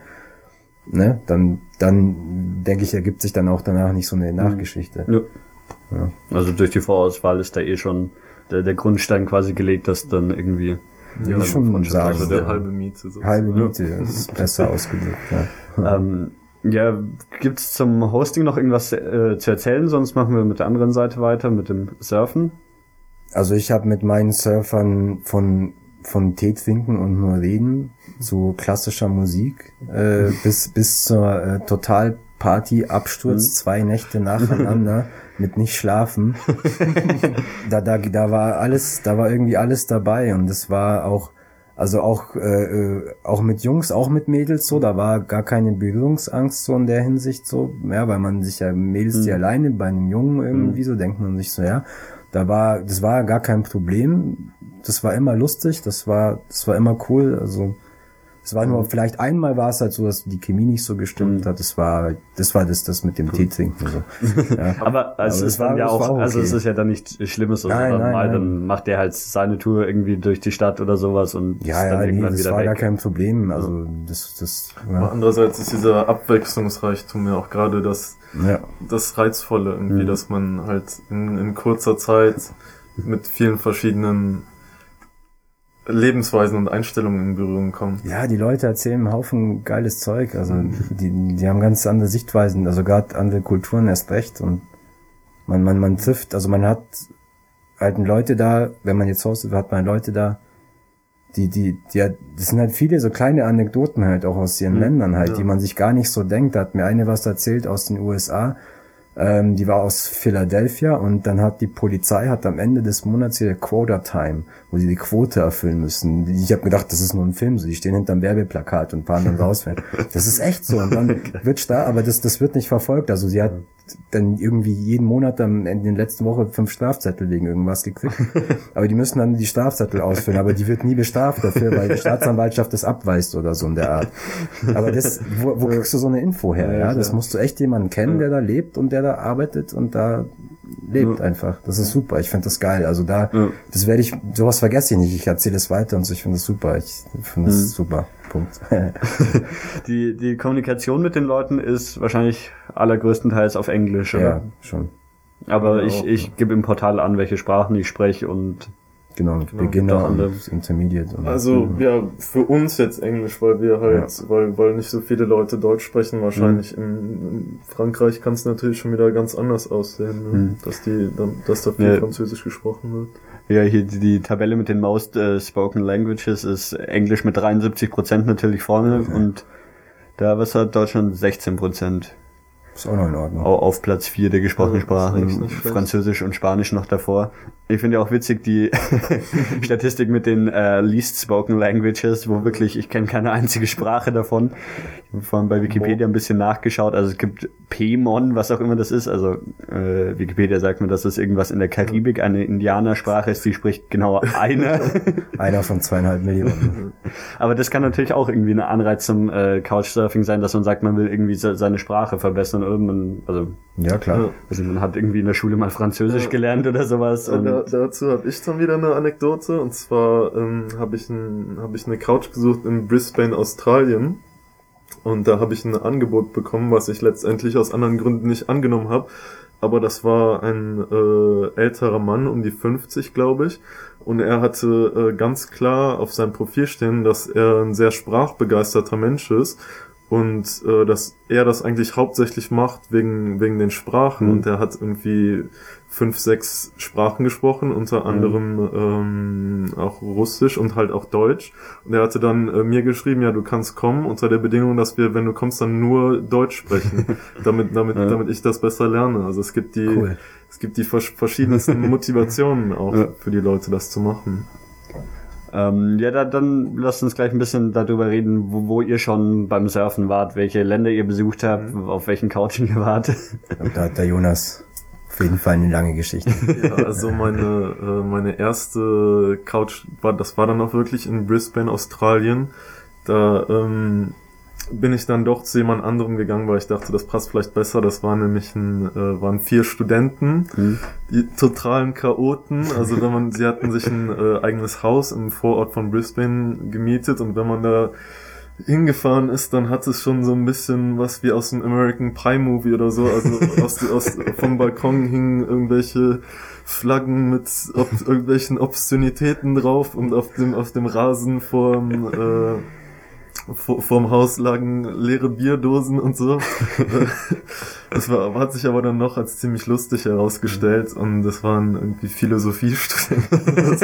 ne, dann, dann denke ich, ergibt sich dann auch danach nicht so eine Nachgeschichte. Ja. Ja. Also durch die Vorauswahl ist da eh schon der, der Grundstein quasi gelegt, dass dann irgendwie ja, ich schon sagen, also der halbe Miete. So halbe Miete, ja. Das ist besser ausgedrückt. Ja, ähm, ja gibt's zum Hosting noch irgendwas äh, zu erzählen? Sonst machen wir mit der anderen Seite weiter, mit dem Surfen. Also ich habe mit meinen Surfern von von Tee trinken und nur reden, so klassischer Musik, äh, bis bis zur äh, Total-Party-Absturz, mhm. zwei Nächte nacheinander mit nicht schlafen. da da da war alles, da war irgendwie alles dabei und es war auch, also auch äh, auch mit Jungs, auch mit Mädels so, da war gar keine Berührungsangst so in der Hinsicht so, ja, weil man sich ja Mädels mhm. die alleine bei einem Jungen irgendwie mhm. so denkt man sich so, ja, da war, das war gar kein Problem. Das war immer lustig, das war, das war immer cool, also, es war nur, vielleicht einmal war es halt so, dass die Chemie nicht so gestimmt hat, das war, das war das, das mit dem cool. Tee trinken, so. Ja. Aber, also, es ist dann ja auch, okay. also, es ist ja dann nichts Schlimmes, also, nein, nein, mal, nein. dann macht der halt seine Tour irgendwie durch die Stadt oder sowas und ja, ist dann ja, irgendwann nee, das wieder war weg. Gar kein Problem, also, das, das, ja. Aber andererseits ist dieser Abwechslungsreichtum ja auch gerade das, ja. das Reizvolle irgendwie, mhm. dass man halt in, in kurzer Zeit mit vielen verschiedenen Lebensweisen und Einstellungen in Berührung kommen. Ja, die Leute erzählen einen Haufen geiles Zeug, also die die haben ganz andere Sichtweisen, also gerade andere Kulturen erst recht und man man man trifft, also man hat halt Leute da, wenn man jetzt hostet, hat man Leute da, die die die das sind halt viele so kleine Anekdoten halt auch aus ihren mhm. Ländern halt, ja. die man sich gar nicht so denkt. Da hat mir eine was erzählt aus den U S A. Ähm, die war aus Philadelphia und dann hat die Polizei hat am Ende des Monats ihre Quota Time, wo sie die Quote erfüllen müssen. Ich habe gedacht, das ist nur ein Film, so die stehen hinterm Werbeplakat und fahren dann raus. Das ist echt so und dann wird's da, aber das das wird nicht verfolgt. Also sie hat dann irgendwie jeden Monat dann in der letzten Woche fünf Strafzettel wegen irgendwas gekriegt. Aber die müssen dann die Strafzettel ausfüllen, aber die wird nie bestraft dafür, weil die Staatsanwaltschaft das abweist oder so in der Art. Aber das, wo, wo kriegst du so eine Info her? Ja, das musst du echt jemanden kennen, der da lebt und der da arbeitet und da lebt einfach. Das ist super. Ich finde das geil. Also da, das werde ich, sowas vergesse ich nicht. Ich erzähle es weiter und so. Ich finde das super. Ich finde das super. Punkt. die, die Kommunikation mit den Leuten ist wahrscheinlich allergrößtenteils auf Englisch, oder? Ja, schon. Aber Ja, ich, auch, ich ja. gebe im Portal an, welche Sprachen ich spreche und Genau, Genau, Beginner gibt auch und Intermediate. Und Also ja, für uns jetzt Englisch, weil wir halt, Ja. weil weil nicht so viele Leute Deutsch sprechen. Wahrscheinlich in, in Frankreich kann es natürlich schon wieder ganz anders aussehen, ne? Mhm. dass die, dass da viel Ja. Französisch gesprochen wird. ja, hier die, die Tabelle mit den most äh, spoken languages ist Englisch mit dreiundsiebzig Prozent natürlich vorne und da was hat Deutschland sechzehn Prozent. ist auch noch in Ordnung. Au- Auf Platz vier der gesprochenen Ja, das ist Sprachen, eigentlich nicht schlecht. Französisch und Spanisch noch davor. Ich finde ja auch witzig die Statistik mit den äh, least spoken languages, wo wirklich, ich kenne keine einzige Sprache davon. Ich habe vorhin bei Wikipedia ein bisschen nachgeschaut, also es gibt Pemon, was auch immer das ist, also äh, Wikipedia sagt mir, dass das irgendwas in der Karibik eine Indianersprache ist, die spricht genau einer. Einer von zweieinhalb Millionen. Aber das kann natürlich auch irgendwie ein Anreiz zum äh, Couchsurfing sein, dass man sagt, man will irgendwie se- seine Sprache verbessern oder man, also Ja, klar. Ja. also man hat irgendwie in der Schule mal Französisch gelernt oder sowas. Und Da, dazu habe ich dann wieder eine Anekdote, und zwar ähm, habe ich, ein, hab ich eine Couch gesucht in Brisbane, Australien, und da habe ich ein Angebot bekommen, was ich letztendlich aus anderen Gründen nicht angenommen habe, aber das war ein äh, älterer Mann, um die fünfzig, glaube ich, und er hatte äh, ganz klar auf seinem Profil stehen, dass er ein sehr sprachbegeisterter Mensch ist und äh, dass er das eigentlich hauptsächlich macht wegen wegen den Sprachen, Mhm. und er hat irgendwie fünf, sechs Sprachen gesprochen, unter anderem ähm, auch Russisch und halt auch Deutsch. Und er hatte dann äh, mir geschrieben, ja, du kannst kommen, unter der Bedingung, dass wir, wenn du kommst, dann nur Deutsch sprechen, damit damit Ja. damit ich das besser lerne. Also es gibt die Cool. es gibt die vers- verschiedensten Motivationen auch Ja. für die Leute, das zu machen. Ähm, ja, da, dann lasst uns gleich ein bisschen darüber reden, wo, wo ihr schon beim Surfen wart, welche Länder ihr besucht habt, auf welchen Couchen ihr wart. Und da hat der Jonas auf jeden Fall eine lange Geschichte. Ja, also meine äh, meine erste Couch war, das war dann auch wirklich in Brisbane, Australien. Da ähm, bin ich dann doch zu jemand anderem gegangen, weil ich dachte, das passt vielleicht besser. Das war nämlich ein, äh, waren vier Studenten, Mhm. die totalen Chaoten. Also wenn man, sie hatten sich ein äh, eigenes Haus im Vorort von Brisbane gemietet, und wenn man da hingefahren ist, dann hat es schon so ein bisschen was wie aus dem American Pie Movie oder so. Also aus, aus, vom Balkon hingen irgendwelche Flaggen mit ob, irgendwelchen Obszönitäten drauf, und auf dem auf dem Rasen vorm äh, vor, vorm Haus lagen leere Bierdosen und so. Das war, hat sich aber dann noch als ziemlich lustig herausgestellt, und das waren irgendwie Philosophiestudenten. Das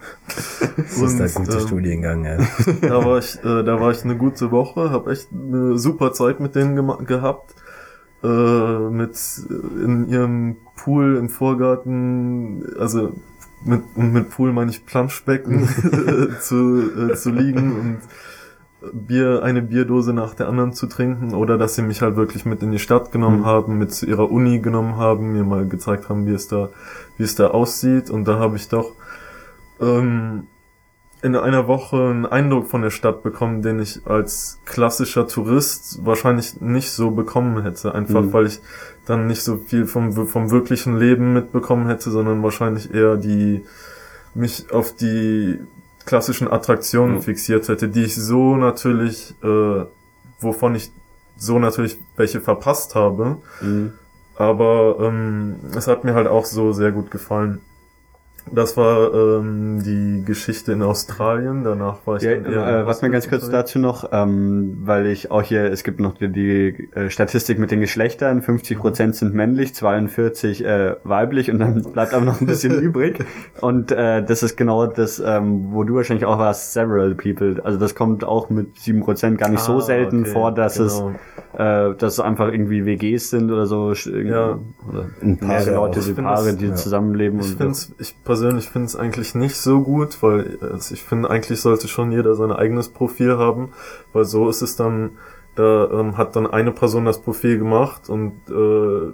ist der gute ähm, Studiengang, ja. da war ich, äh, da war ich eine gute Woche, habe echt eine super Zeit mit denen gema- gehabt. Äh, mit in ihrem Pool im Vorgarten, also mit und mit Pool meine ich Planschbecken zu äh, zu liegen und Bier, eine Bierdose nach der anderen zu trinken, oder dass sie mich halt wirklich mit in die Stadt genommen Mhm. haben, mit zu ihrer Uni genommen haben, mir mal gezeigt haben, wie es da, wie es da aussieht, und da habe ich doch ähm, in einer Woche einen Eindruck von der Stadt bekommen, den ich als klassischer Tourist wahrscheinlich nicht so bekommen hätte, einfach Mhm. weil ich dann nicht so viel vom vom wirklichen Leben mitbekommen hätte, sondern wahrscheinlich eher die mich auf die klassischen Attraktionen Mhm. fixiert hätte, die ich so natürlich, äh, wovon ich so natürlich welche verpasst habe, Mhm. aber ähm, es hat mir halt auch so sehr gut gefallen. Das war ähm, die Geschichte in Australien, danach war ich Ja, dann eher... äh, was mir ganz kurz dazu noch, ähm, weil ich auch hier, es gibt noch die, die äh, Statistik mit den Geschlechtern, fünfzig Prozent sind männlich, zweiundvierzig äh, weiblich, und dann bleibt aber noch ein bisschen übrig, und äh, das ist genau das, ähm, wo du wahrscheinlich auch warst, several people, also das kommt auch mit sieben Prozent gar nicht so Ah, selten okay, vor, dass genau. es äh, dass es einfach irgendwie W Gs sind oder so, Ja. oder Ein Paare mehrere Leute, auch. die Ich find Paare, das- die ja. zusammenleben. Ich und find's, ich persönlich finde es eigentlich nicht so gut, weil äh, ich finde, eigentlich sollte schon jeder sein eigenes Profil haben, weil so ist es dann, da ähm, hat dann eine Person das Profil gemacht, und äh,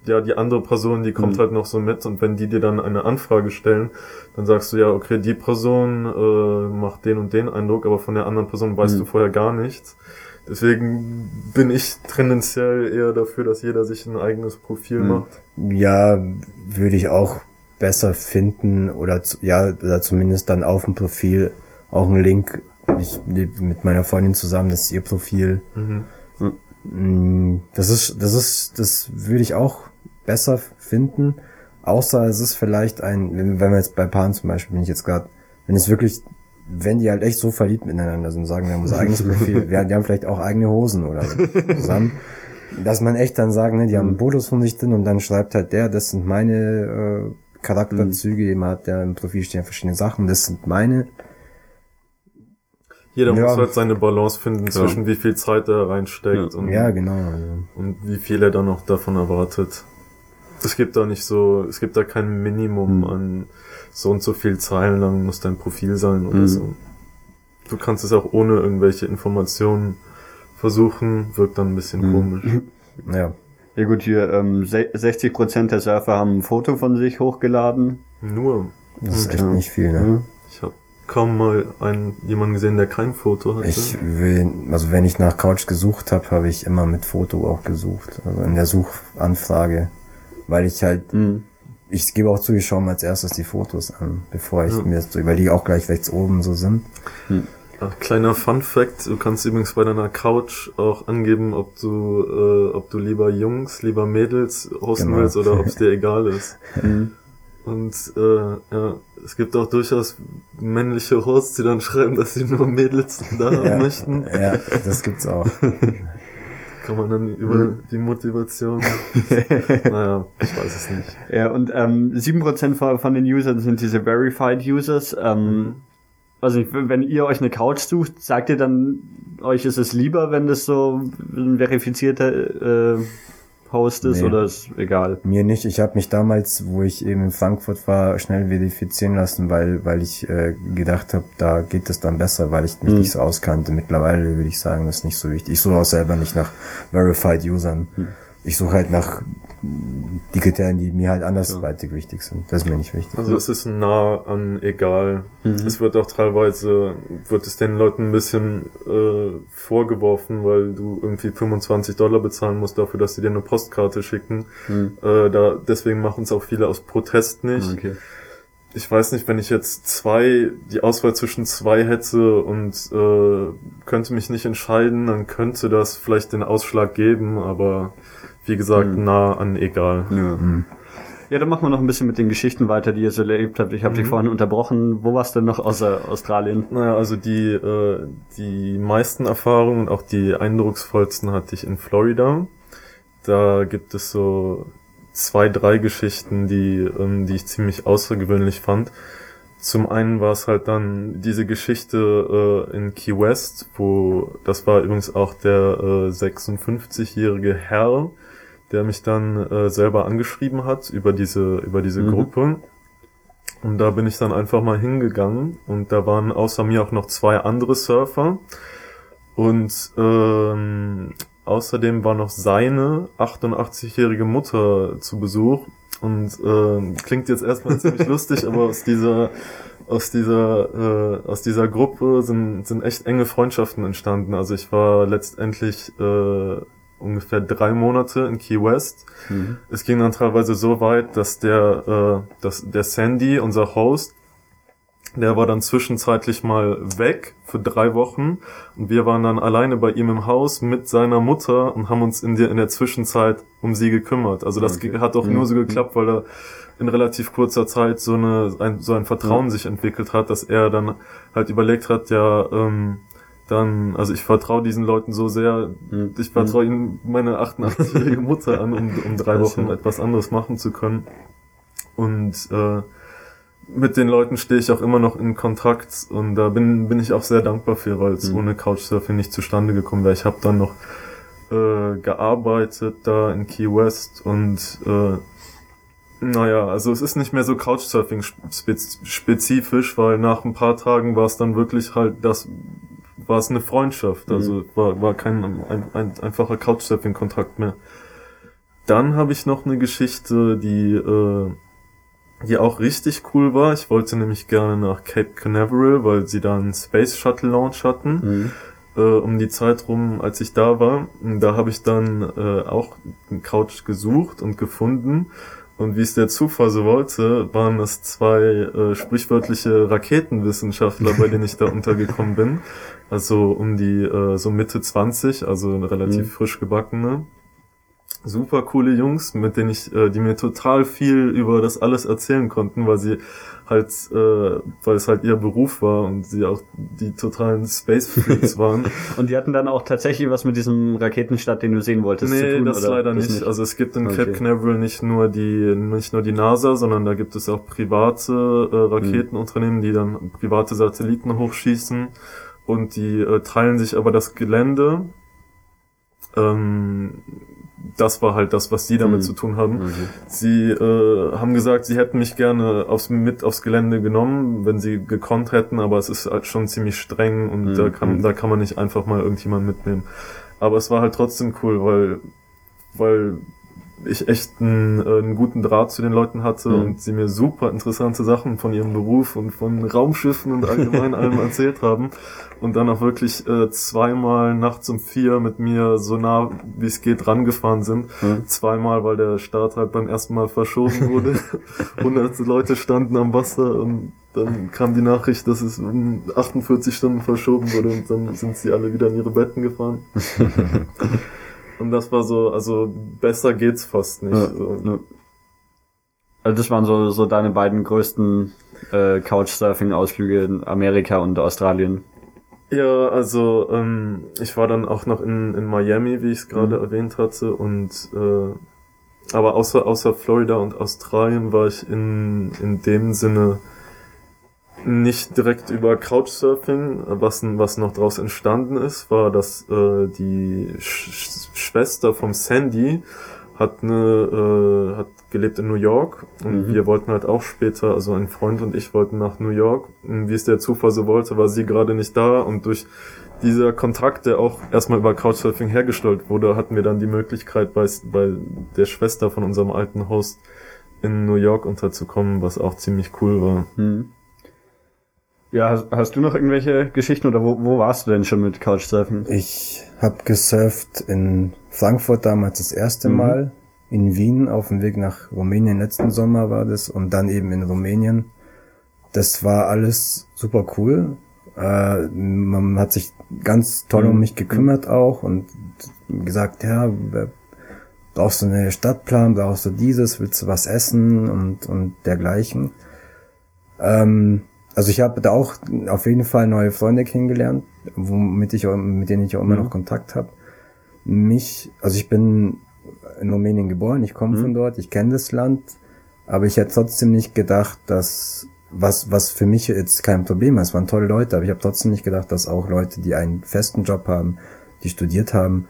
ja, die andere Person, die kommt Mhm. halt noch so mit, und wenn die dir dann eine Anfrage stellen, dann sagst du, ja, okay, die Person äh, macht den und den Eindruck, aber von der anderen Person weißt Mhm. du vorher gar nichts. Deswegen bin ich tendenziell eher dafür, dass jeder sich ein eigenes Profil Mhm. macht. Ja, würde ich auch besser finden, oder zu, ja, oder zumindest dann auf dem Profil auch einen Link. Ich lebe mit meiner Freundin zusammen, das ist ihr Profil. Mhm. Mm, Das ist, das ist, das würde ich auch besser finden. Außer es ist vielleicht ein, wenn wenn wir jetzt bei Paaren zum Beispiel, bin ich jetzt gerade, wenn es wirklich, wenn die halt echt so verliebt miteinander sind und sagen, wir haben unser eigenes Profil, wir, die haben vielleicht auch eigene Hosen oder so zusammen, dass man echt dann sagt, ne, die haben Fotos von sich drin und dann schreibt halt der, das sind meine äh, Charakterzüge, jemand hat der im Profil stehen verschiedene Sachen, das sind meine. Jeder Ja. muss halt seine Balance finden zwischen wie viel Zeit er reinsteckt Ja. und, Ja, genau. Also. und wie viel er dann noch davon erwartet. Es gibt da nicht so, es gibt da kein Minimum Mhm. an so und so viel Zeilen lang muss dein Profil sein oder Mhm. so. Du kannst es auch ohne irgendwelche Informationen versuchen, wirkt dann ein bisschen Mhm. komisch. Ja. Ja gut, hier ähm, se- sechzig Prozent der Surfer haben ein Foto von sich hochgeladen. Nur, Das ist echt Ja. nicht viel, ne? Mhm. ich habe kaum mal einen jemanden gesehen, der kein Foto hatte. Ich will, also wenn ich nach Couch gesucht habe, habe ich immer mit Foto auch gesucht. Also in der Suchanfrage. Weil ich halt, Mhm. ich gebe auch zu, ich schaue mir als erstes die Fotos an, bevor ich Ja. mir das so überlege, auch gleich rechts oben so sind. Ach, kleiner Fun Fact, du kannst übrigens bei deiner Couch auch angeben, ob du, äh, ob du lieber Jungs, lieber Mädels hosten Genau. willst oder ob es dir egal ist. Mhm. Und äh, ja, es gibt auch durchaus männliche Hosts, die dann schreiben, dass sie nur Mädels da haben Ja, möchten. ja, das gibt's auch. Kann man dann über die Motivation... naja, ich weiß es nicht. Ja, und ähm, sieben Prozent von, von den Usern sind diese Verified Users. Ähm, Also nicht, wenn ihr euch eine Couch sucht, sagt ihr dann, euch ist es lieber, wenn das so ein verifizierter äh, Host ist, Nee. oder ist egal? Mir nicht. Ich habe mich damals, wo ich eben in Frankfurt war, schnell verifizieren lassen, weil weil ich äh, gedacht habe, da geht es dann besser, weil ich mich Mhm. nicht so auskannte. Mittlerweile würde ich sagen, das ist nicht so wichtig. Ich suche auch selber nicht nach Verified Usern. Mhm. Ich suche halt nach die Kriterien, die mir halt andersweitig wichtig sind. Das ist mir nicht wichtig. Also es ist nah an egal. Mhm. Es wird auch teilweise, wird es den Leuten ein bisschen äh, vorgeworfen, weil du irgendwie fünfundzwanzig Dollar bezahlen musst dafür, dass sie dir eine Postkarte schicken. Mhm. Äh, da deswegen machen es auch viele aus Protest nicht. Okay. Ich weiß nicht, wenn ich jetzt zwei, die Auswahl zwischen zwei hätte und äh, könnte mich nicht entscheiden, dann könnte das vielleicht den Ausschlag geben, aber wie gesagt, Mhm. nah an egal. Ja. Mhm. Ja, dann machen wir noch ein bisschen mit den Geschichten weiter, die ihr so erlebt habt. Ich habe dich Mhm. vorhin unterbrochen. Wo warst du denn noch außer Australien? Naja, also die, äh, die meisten Erfahrungen und auch die eindrucksvollsten hatte ich in Florida. Da gibt es so zwei, drei Geschichten, die, ähm, die ich ziemlich außergewöhnlich fand. Zum einen war es halt dann diese Geschichte äh, in Key West, wo, das war übrigens auch der äh, sechsundfünfzigjährige Herr, der mich dann äh, selber angeschrieben hat über diese, über diese Mhm. Gruppe. Und da bin ich dann einfach mal hingegangen und da waren außer mir auch noch zwei andere Surfer und ähm, außerdem war noch seine achtundachtzigjährige Mutter zu Besuch und ähm, klingt jetzt erstmal ziemlich lustig, aber aus dieser aus dieser äh, aus dieser Gruppe sind sind echt enge Freundschaften entstanden. Also ich war letztendlich äh, ungefähr drei Monate in Key West. Mhm. Es ging dann teilweise so weit, dass der, äh, dass der Sandy, unser Host, der war dann zwischenzeitlich mal weg für drei Wochen und wir waren dann alleine bei ihm im Haus mit seiner Mutter und haben uns in der, in der Zwischenzeit um sie gekümmert. Also das Okay. ge- hat auch Mhm. nur so geklappt, weil er in relativ kurzer Zeit so eine ein, so ein Vertrauen sich entwickelt hat, dass er dann halt überlegt hat, ja, ähm, dann, also ich vertraue diesen Leuten so sehr, Mhm. ich vertraue ihnen meine achtundachtzigjährige Mutter an, um, um drei Das ist Wochen ja- etwas anderes machen zu können. Und äh, mit den Leuten stehe ich auch immer noch in Kontakt und da bin bin ich auch sehr dankbar für, weil es Mhm. ohne Couchsurfing nicht zustande gekommen wäre. Ich habe dann noch äh, gearbeitet da in Key West und äh, naja, also es ist nicht mehr so Couchsurfing spez spezifisch, weil nach ein paar Tagen war es dann wirklich halt das, war es eine Freundschaft, also war war kein ein, ein, einfacher Couchsurfing-Kontakt mehr. dann habe ich noch eine Geschichte, die, äh, die auch richtig cool war. Ich wollte nämlich gerne nach Cape Canaveral, weil sie da einen Space Shuttle Launch hatten, mhm. äh, um die Zeit rum, als ich da war. Und da habe ich dann äh, auch eine Couch gesucht und gefunden. Und wie es der Zufall so wollte, waren es zwei äh, sprichwörtliche Raketenwissenschaftler, bei denen ich da untergekommen bin. Also um die äh, so Mitte zwanzig, also relativ mhm. frisch gebackene. Super coole Jungs, mit denen ich, äh, die mir total viel über das alles erzählen konnten, weil sie halt, äh, weil es halt ihr Beruf war und sie auch die totalen Space Freaks waren. Und die hatten dann auch tatsächlich was mit diesem Raketenstart, den du sehen wolltest, nee, zu tun? Nee, das oder leider das nicht. nicht. Also es gibt in okay. Cape Canaveral nicht nur die, nicht nur die NASA, sondern da gibt es auch private äh, Raketenunternehmen, mhm. die dann private Satelliten hochschießen und die äh, teilen sich aber das Gelände. Ähm, das war halt das, was sie damit mhm. zu tun haben. Mhm. Sie äh, haben gesagt, sie hätten mich gerne aufs, mit aufs Gelände genommen, wenn sie gekonnt hätten, aber es ist halt schon ziemlich streng und mhm. da kann da kann man nicht einfach mal irgendjemand mitnehmen. Aber es war halt trotzdem cool, weil weil ich echt einen, einen guten Draht zu den Leuten hatte mhm. und sie mir super interessante Sachen von ihrem Beruf und von Raumschiffen und allgemein allem erzählt haben und dann auch wirklich äh, zweimal nachts um vier mit mir so nah wie es geht rangefahren sind. Mhm. Zweimal, weil der Start halt beim ersten Mal verschoben wurde. hundert Leute standen am Wasser und dann kam die Nachricht, dass es um achtundvierzig Stunden verschoben wurde und dann sind sie alle wieder in ihre Betten gefahren. Und das war so, also besser geht's fast nicht. Ja, so. ja. Also das waren so so deine beiden größten äh, Couchsurfing-Ausflüge in Amerika und Australien. Ja, also ähm, ich war dann auch noch in in Miami, wie ich es gerade mhm. erwähnt hatte, und äh, aber außer außer Florida und Australien war ich in in dem Sinne nicht direkt über Couchsurfing. Was was noch draus entstanden ist, war, dass äh, die Sch- Schwester vom Sandy hat eine äh, hat gelebt in New York und mhm. wir wollten halt auch später, also ein Freund und ich wollten nach New York. Und wie es der Zufall so wollte, war sie gerade nicht da und durch dieser Kontakt, der auch erstmal über Couchsurfing hergestellt wurde, hatten wir dann die Möglichkeit, bei, bei der Schwester von unserem alten Host in New York unterzukommen, was auch ziemlich cool war. Mhm. Ja, hast, hast du noch irgendwelche Geschichten oder wo, wo warst du denn schon mit Couchsurfen? Ich habe gesurft in Frankfurt damals das erste mhm. Mal, in Wien auf dem Weg nach Rumänien letzten Sommer war das und dann eben in Rumänien. Das war alles super cool. Äh, man hat sich ganz toll mhm. um mich gekümmert auch und gesagt, ja, brauchst du einen Stadtplan, brauchst du dieses, willst du was essen und und dergleichen. Ähm, Also ich habe da auch auf jeden Fall neue Freunde kennengelernt, womit ich, mit denen ich auch immer mhm. noch Kontakt habe. Mich, also ich bin in Rumänien geboren, ich komme mhm. von dort, ich kenne das Land, aber ich hätte trotzdem nicht gedacht, dass was was für mich jetzt kein Problem ist. Es waren tolle Leute, aber ich habe trotzdem nicht gedacht, dass auch Leute, die einen festen Job haben, die studiert haben,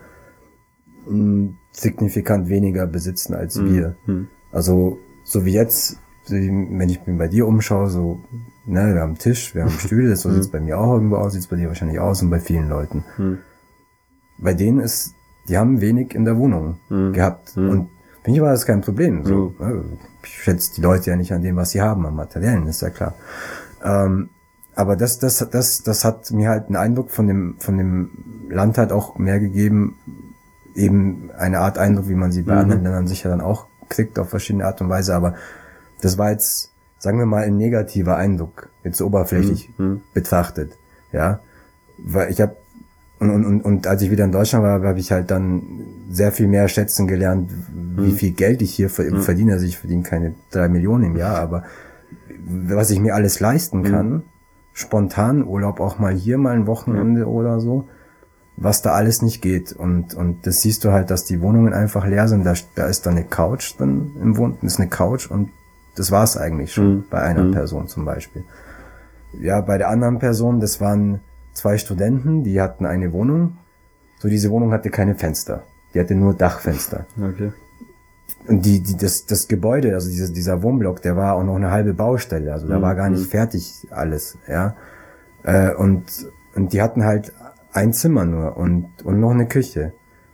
signifikant weniger besitzen als mhm. wir. Mhm. Also so wie jetzt, wenn ich mich bei dir umschaue, so, ne, wir haben einen Tisch, wir haben Stühle, so sieht's bei mir auch irgendwo aus, sieht's bei dir wahrscheinlich aus und bei vielen Leuten. Hm. Bei denen ist, die haben wenig in der Wohnung hm. gehabt hm. und für mich war das kein Problem. So, hm. Ich schätze die Leute ja nicht an dem, was sie haben, am Materiellen, ist ja klar. Ähm, aber das, das, das, das hat mir halt einen Eindruck von dem, von dem Land halt auch mehr gegeben, eben eine Art Eindruck, wie man sie bei mhm. anderen Ländern sicher dann auch kriegt, auf verschiedene Art und Weise, aber das war jetzt, sagen wir mal, ein negativer Eindruck, jetzt oberflächlich mhm. betrachtet, ja, weil ich habe und, und und als ich wieder in Deutschland war, habe ich halt dann sehr viel mehr schätzen gelernt, wie mhm. viel Geld ich hier mhm. verdiene. Also ich verdiene keine drei Millionen im Jahr, aber was ich mir alles leisten kann, mhm. spontan Urlaub auch mal hier, mal ein Wochenende mhm. oder so, was da alles nicht geht. Und und das siehst du halt, dass die Wohnungen einfach leer sind. Da, da ist dann eine Couch drin im Wohn, ist eine Couch und das war's eigentlich schon mhm. bei einer mhm. Person zum Beispiel. Ja, bei der anderen Person, das waren zwei Studenten, die hatten eine Wohnung. So, diese Wohnung hatte keine Fenster. Die hatte nur Dachfenster. Okay. Und die, die, das, das Gebäude, also dieser, dieser Wohnblock, der war auch noch eine halbe Baustelle. Also da mhm. war gar nicht fertig alles, ja. Äh, und, und die hatten halt ein Zimmer nur und, und noch eine Küche.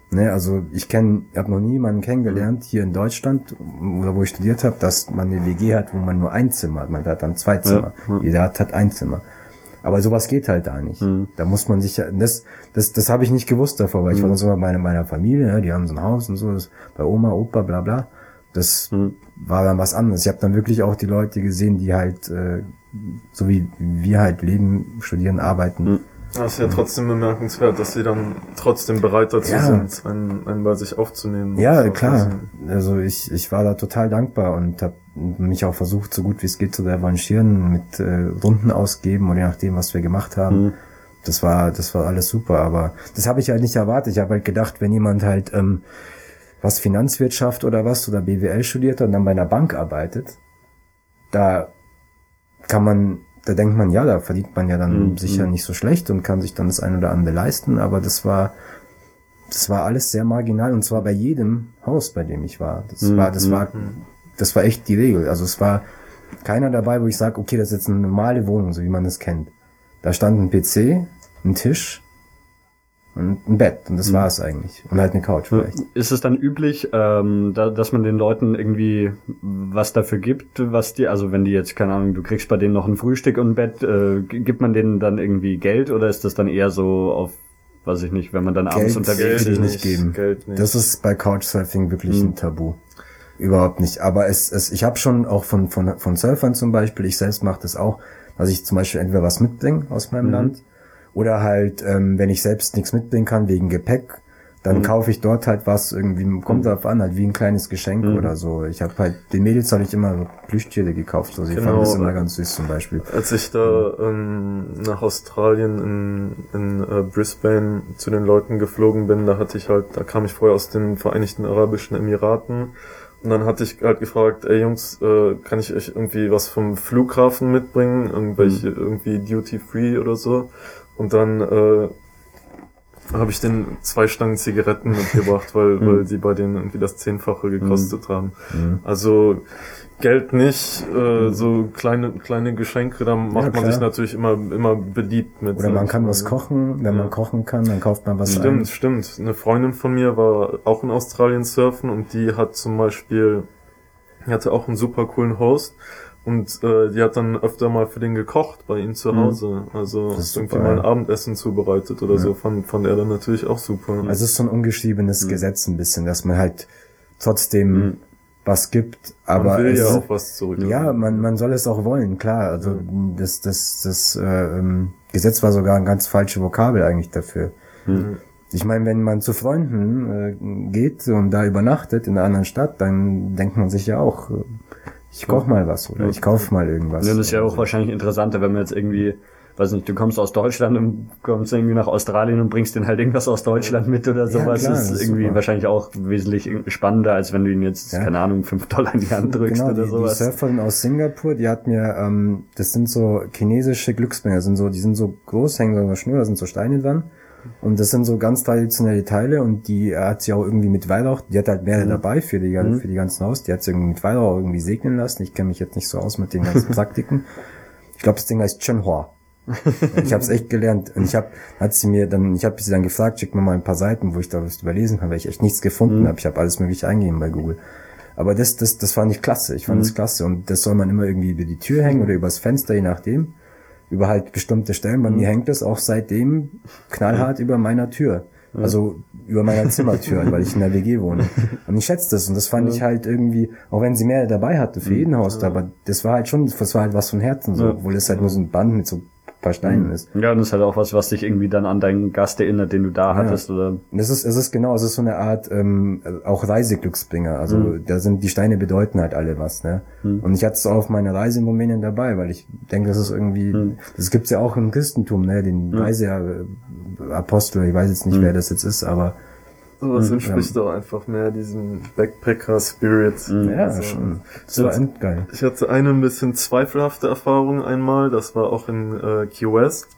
Ne, also ich kenne, ich habe noch nie jemanden kennengelernt hier in Deutschland oder wo ich studiert habe, dass man eine W G hat, wo man nur ein Zimmer hat. Man hat dann zwei Zimmer. Ja, ja. Jeder hat, hat ein Zimmer. Aber sowas geht halt da nicht. Mhm. Da muss man sich ja, das, das, das habe ich nicht gewusst davor, weil mhm. ich war sonst immer bei meiner Familie, ne, die haben so ein Haus und so, das, bei Oma, Opa, bla bla. Das mhm. war dann was anderes. Ich habe dann wirklich auch die Leute gesehen, die halt, äh, so wie wir halt leben, studieren, arbeiten. Mhm. Das ist ja trotzdem bemerkenswert, dass sie dann trotzdem bereit dazu ja. sind, einen, einen bei sich aufzunehmen. Ja, klar. Also ich, ich war da total dankbar und habe mich auch versucht, so gut wie es geht zu revanchieren, mit äh, Runden ausgeben oder je nachdem, was wir gemacht haben. Mhm. Das war, das war alles super, aber das habe ich halt nicht erwartet. Ich habe halt gedacht, wenn jemand halt ähm, was Finanzwirtschaft oder was oder B W L studiert hat und dann bei einer Bank arbeitet, da kann man Da denkt man, ja, da verdient man ja dann mhm. sicher nicht so schlecht und kann sich dann das ein oder andere leisten, aber das war, das war alles sehr marginal und zwar bei jedem Haus, bei dem ich war. Das mhm. war, das war, das war echt die Regel. Also es war keiner dabei, wo ich sage, okay, das ist jetzt eine normale Wohnung, so wie man das kennt. Da stand ein P C, ein Tisch und ein Bett und das mhm. war es eigentlich. Und halt eine Couch vielleicht. Ist es dann üblich, ähm, da, dass man den Leuten irgendwie was dafür gibt, was die, also wenn die jetzt, keine Ahnung, du kriegst bei denen noch ein Frühstück und ein Bett, äh, gibt man denen dann irgendwie Geld oder ist das dann eher so auf, weiß ich nicht, wenn man dann abends Geld unterwegs ist? Geld nicht geben. Geld nicht. Das ist bei Couchsurfing wirklich mhm. ein Tabu. Überhaupt nicht. Aber es, es ich habe schon auch von, von, von Surfern zum Beispiel, ich selbst mache das auch, dass ich zum Beispiel entweder was mitbringe aus meinem mhm. Land. Oder halt, ähm, wenn ich selbst nichts mitbringen kann wegen Gepäck, dann mhm. kaufe ich dort halt was, irgendwie, kommt mhm. darauf an, halt wie ein kleines Geschenk mhm. oder so. Ich habe halt, den Mädels habe ich immer so Plüschtiere gekauft, so, sie genau. fanden das immer ganz süß zum Beispiel. Als ich da ähm, nach Australien in, in äh, Brisbane zu den Leuten geflogen bin, da hatte ich halt, da kam ich vorher aus den Vereinigten Arabischen Emiraten und dann hatte ich halt gefragt, ey Jungs, äh, kann ich euch irgendwie was vom Flughafen mitbringen, irgendwelche, mhm. irgendwie Duty Free oder so? Und dann äh, habe ich denen zwei Stangen Zigaretten mitgebracht, weil mhm. weil die bei denen irgendwie das Zehnfache gekostet mhm. haben. Mhm. Also Geld nicht, äh, so kleine kleine Geschenke, da macht ja, man sich natürlich immer immer beliebt mit. Oder man kann mal was kochen, wenn ja. man kochen kann, dann kauft man was Stimmt, ein. stimmt. Eine Freundin von mir war auch in Australien surfen und die hat zum Beispiel, die hatte auch einen super coolen Host. Und äh, die hat dann öfter mal für den gekocht bei ihm zu Hause. Mhm. Also irgendwie super, mal ein ja. Abendessen zubereitet oder ja. so. Fand, fand er dann natürlich auch super. Also es ist so ein ungeschriebenes mhm. Gesetz ein bisschen, dass man halt trotzdem mhm. was gibt. Aber man will es, ja auch was zurück. Ja, man man soll es auch wollen, klar. Also mhm. das das das äh, ähm, Gesetz war sogar ein ganz falsche Vokabel eigentlich dafür. Mhm. Ich meine, wenn man zu Freunden äh, geht und da übernachtet in einer anderen Stadt, dann denkt man sich ja auch, äh, ich koch mal was oder ich kauf mal irgendwas. Ja, das ist ja auch so. Wahrscheinlich interessanter, wenn man jetzt irgendwie, weiß nicht, du kommst aus Deutschland und kommst irgendwie nach Australien und bringst den halt irgendwas aus Deutschland mit oder sowas. Ja, klar, das ist irgendwie super. Wahrscheinlich auch wesentlich spannender, als wenn du ihn jetzt, ja. keine Ahnung, fünf Dollar in die Hand drückst genau, oder die, sowas. Die Surferin aus Singapur, die hat mir, ähm, das sind so chinesische Glücksbringer, sind so, die sind so groß, hängen so an der Schnur, da sind so Steine dran. Und das sind so ganz traditionelle Teile und die hat sie auch irgendwie mit Weihrauch, die hat halt mehrere mhm. dabei für die, mhm. für die ganzen Haus, die hat sie irgendwie mit Weihrauch irgendwie segnen lassen. Ich kenne mich jetzt nicht so aus mit den ganzen Praktiken. Ich glaube, das Ding heißt Chenhua. Ich habe es echt gelernt und ich habe, hat sie mir dann, ich habe sie dann gefragt, schick mir mal ein paar Seiten, wo ich da was überlesen kann, weil ich echt nichts gefunden mhm. habe. Ich habe alles mögliche eingegeben bei Google. Aber das, das, das fand ich klasse. Ich fand es mhm. klasse und das soll man immer irgendwie über die Tür hängen oder übers Fenster, je nachdem. Über halt bestimmte Stellen. Bei mhm. mir hängt das auch seitdem knallhart über meiner Tür. Also über meiner Zimmertür, weil ich in der W G wohne. Und ich schätze das. Und das fand ja. ich halt irgendwie, auch wenn sie mehr dabei hatte für jeden Haus, ja. aber das war halt schon, das war halt was von Herzen so. Ja. Obwohl es halt nur so ein Band mit so ein paar Steinen ist. Ja, und das ist halt auch was, was dich irgendwie dann an deinen Gast erinnert, den du da hattest, ja. oder? Das ist, es ist genau, es ist so eine Art, ähm, auch Reiseglücksbringer. Also, mhm. da sind, die Steine bedeuten halt alle was, ne? Mhm. Und ich hatte es auch auf meiner Reise in Rumänien dabei, weil ich denke, das ist irgendwie, mhm. das gibt's ja auch im Christentum, ne? Den mhm. Reiseapostel, ich weiß jetzt nicht, mhm. wer das jetzt ist, aber, sowas entspricht ja. doch einfach mehr diesem Backpacker-Spirit. Mhm. Ja, also, schon. Das war geil. Ich hatte eine ein bisschen zweifelhafte Erfahrung einmal, das war auch in äh, Key West.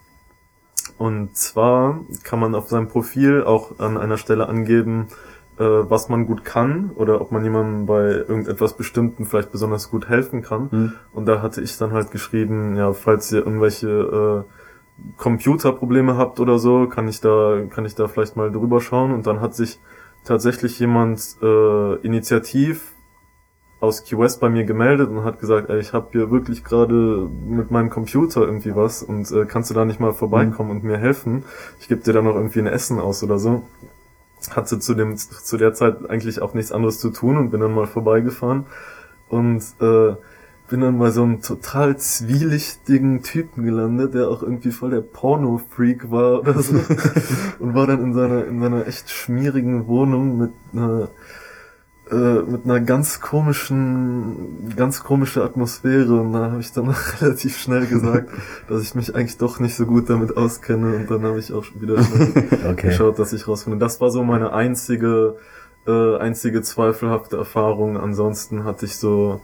Und zwar kann man auf seinem Profil auch an einer Stelle angeben, äh, was man gut kann oder ob man jemandem bei irgendetwas Bestimmten vielleicht besonders gut helfen kann. Mhm. Und da hatte ich dann halt geschrieben, ja, falls ihr irgendwelche äh, Computerprobleme habt oder so, kann ich da kann ich da vielleicht mal drüber schauen und dann hat sich tatsächlich jemand äh, initiativ aus Key West bei mir gemeldet und hat gesagt, ey, ich habe hier wirklich gerade mit meinem Computer irgendwie was und äh, kannst du da nicht mal vorbeikommen mhm. und mir helfen? Ich gebe dir da noch irgendwie ein Essen aus oder so. Hatte zu dem zu der Zeit eigentlich auch nichts anderes zu tun und bin dann mal vorbeigefahren und äh, bin dann bei so einem total zwielichtigen Typen gelandet, der auch irgendwie voll der Porno-Freak war oder so und war dann in seiner in seiner echt schmierigen Wohnung mit einer äh, mit einer ganz komischen ganz komische Atmosphäre und da habe ich dann relativ schnell gesagt, dass ich mich eigentlich doch nicht so gut damit auskenne und dann habe ich auch wieder okay. geschaut, dass ich rausfinde. Das war so meine einzige äh, einzige zweifelhafte Erfahrung. Ansonsten hatte ich so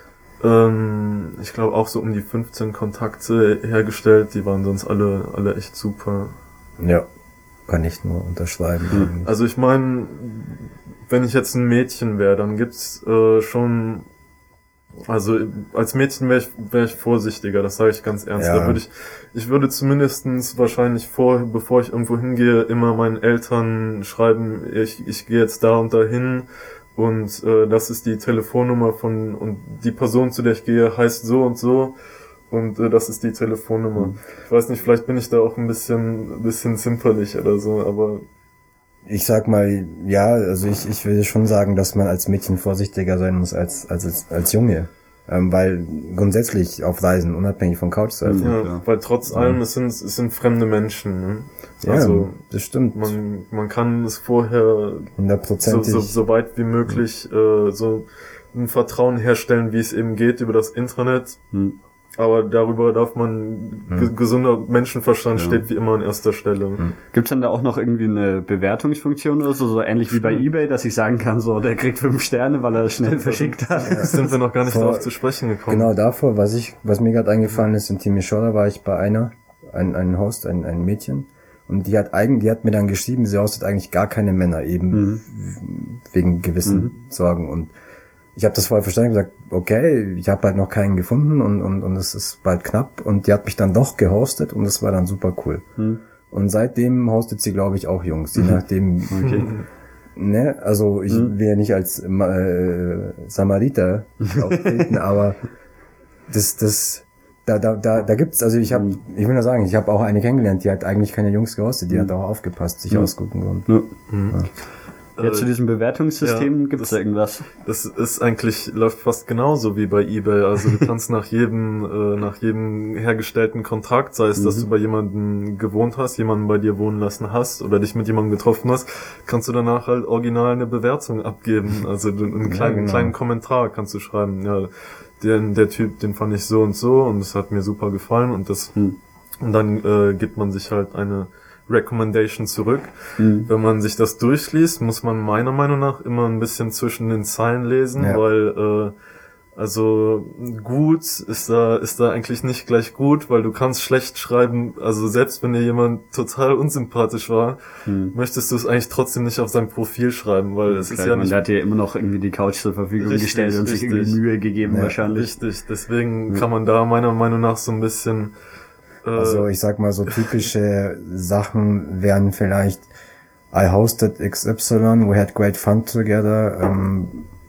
Ähm, ich glaube auch so um die fünfzehn Kontakte hergestellt, die waren sonst alle alle echt super. Ja, kann ich nur unterschreiben. Mhm. Also ich meine, wenn ich jetzt ein Mädchen wäre, dann gibt's äh, schon, also als Mädchen wäre ich, wär ich vorsichtiger, das sage ich ganz ernst. Ja. Da würde ich, ich würde zumindestens wahrscheinlich vor, bevor ich irgendwo hingehe, immer meinen Eltern schreiben, ich, ich gehe jetzt da und dahin. Und äh, das ist die Telefonnummer von, und die Person, zu der ich gehe, heißt so und so. Und äh, das ist die Telefonnummer. Mhm. Ich weiß nicht, vielleicht bin ich da auch ein bisschen ein bisschen zimperlich oder so, aber... Ich sag mal, ja, also ich ich würde schon sagen, dass man als Mädchen vorsichtiger sein muss als als als Junge. Ähm, weil grundsätzlich auf Reisen, unabhängig von Couchsurfing. Ja, ja. Weil trotz allem, ja. es sind es sind fremde Menschen. Ne? Ja, also, das stimmt. Man man kann es vorher so, so, so weit wie möglich mhm. äh, so ein Vertrauen herstellen, wie es eben geht über das Intranet. Mhm. Aber darüber darf man, mhm. gesunder Menschenverstand ja. steht wie immer an erster Stelle. Mhm. Gibt's dann da auch noch irgendwie eine Bewertungsfunktion oder so, so ähnlich wie bei eBay, dass ich sagen kann, so, der kriegt fünf Sterne, weil er es schnell verschickt hat? Ja. Sind wir noch gar nicht Vor, darauf zu sprechen gekommen. Genau davor, was ich, was mir gerade eingefallen ist, in Timisoara war ich bei einer, ein, ein Host, ein, ein Mädchen, und die hat eigentlich, die hat mir dann geschrieben, sie hostet eigentlich gar keine Männer, eben mhm. wegen gewissen mhm. Sorgen, und ich habe das vorher verstanden und gesagt, okay, ich habe halt noch keinen gefunden und und und es ist bald knapp, und die hat mich dann doch gehostet und das war dann super cool. Hm. Und seitdem hostet sie, glaube ich, auch Jungs, je nachdem. Okay. Ne, also ich hm. will ja nicht als äh, Samariter auftreten, aber das das da da da da gibt's, also ich habe hm. ich will nur sagen, ich habe auch eine kennengelernt, die hat eigentlich keine Jungs gehostet, die hm. hat auch aufgepasst, sich hm. aus gutem Grund. Ja. Hm. Ja. Ja, zu diesem Bewertungssystem ja, gibt's da irgendwas? Das ist eigentlich, läuft fast genauso wie bei eBay. Also du kannst nach jedem, äh, nach jedem hergestellten Kontrakt, sei es, mhm. dass du bei jemandem gewohnt hast, jemanden bei dir wohnen lassen hast oder dich mit jemandem getroffen hast, kannst du danach halt original eine Bewertung abgeben. Also einen kleinen, ja, genau. kleinen Kommentar kannst du schreiben. Ja, der, der Typ, den fand ich so und so und es hat mir super gefallen und das, mhm. und dann äh, gibt man sich halt eine Recommendation zurück. Mhm. Wenn man sich das durchliest, muss man meiner Meinung nach immer ein bisschen zwischen den Zeilen lesen, ja. weil äh, also gut ist da ist da eigentlich nicht gleich gut, weil du kannst schlecht schreiben, also selbst wenn dir jemand total unsympathisch war, mhm. möchtest du es eigentlich trotzdem nicht auf sein Profil schreiben, weil es ist ja nicht... Man hat dir immer noch irgendwie die Couch zur Verfügung richtig, gestellt und richtig. sich irgendwie Mühe gegeben ja. wahrscheinlich. Richtig, deswegen ja. kann man da meiner Meinung nach so ein bisschen... Also ich sag mal, so typische Sachen wären vielleicht I hosted X Y, we had great fun together, um,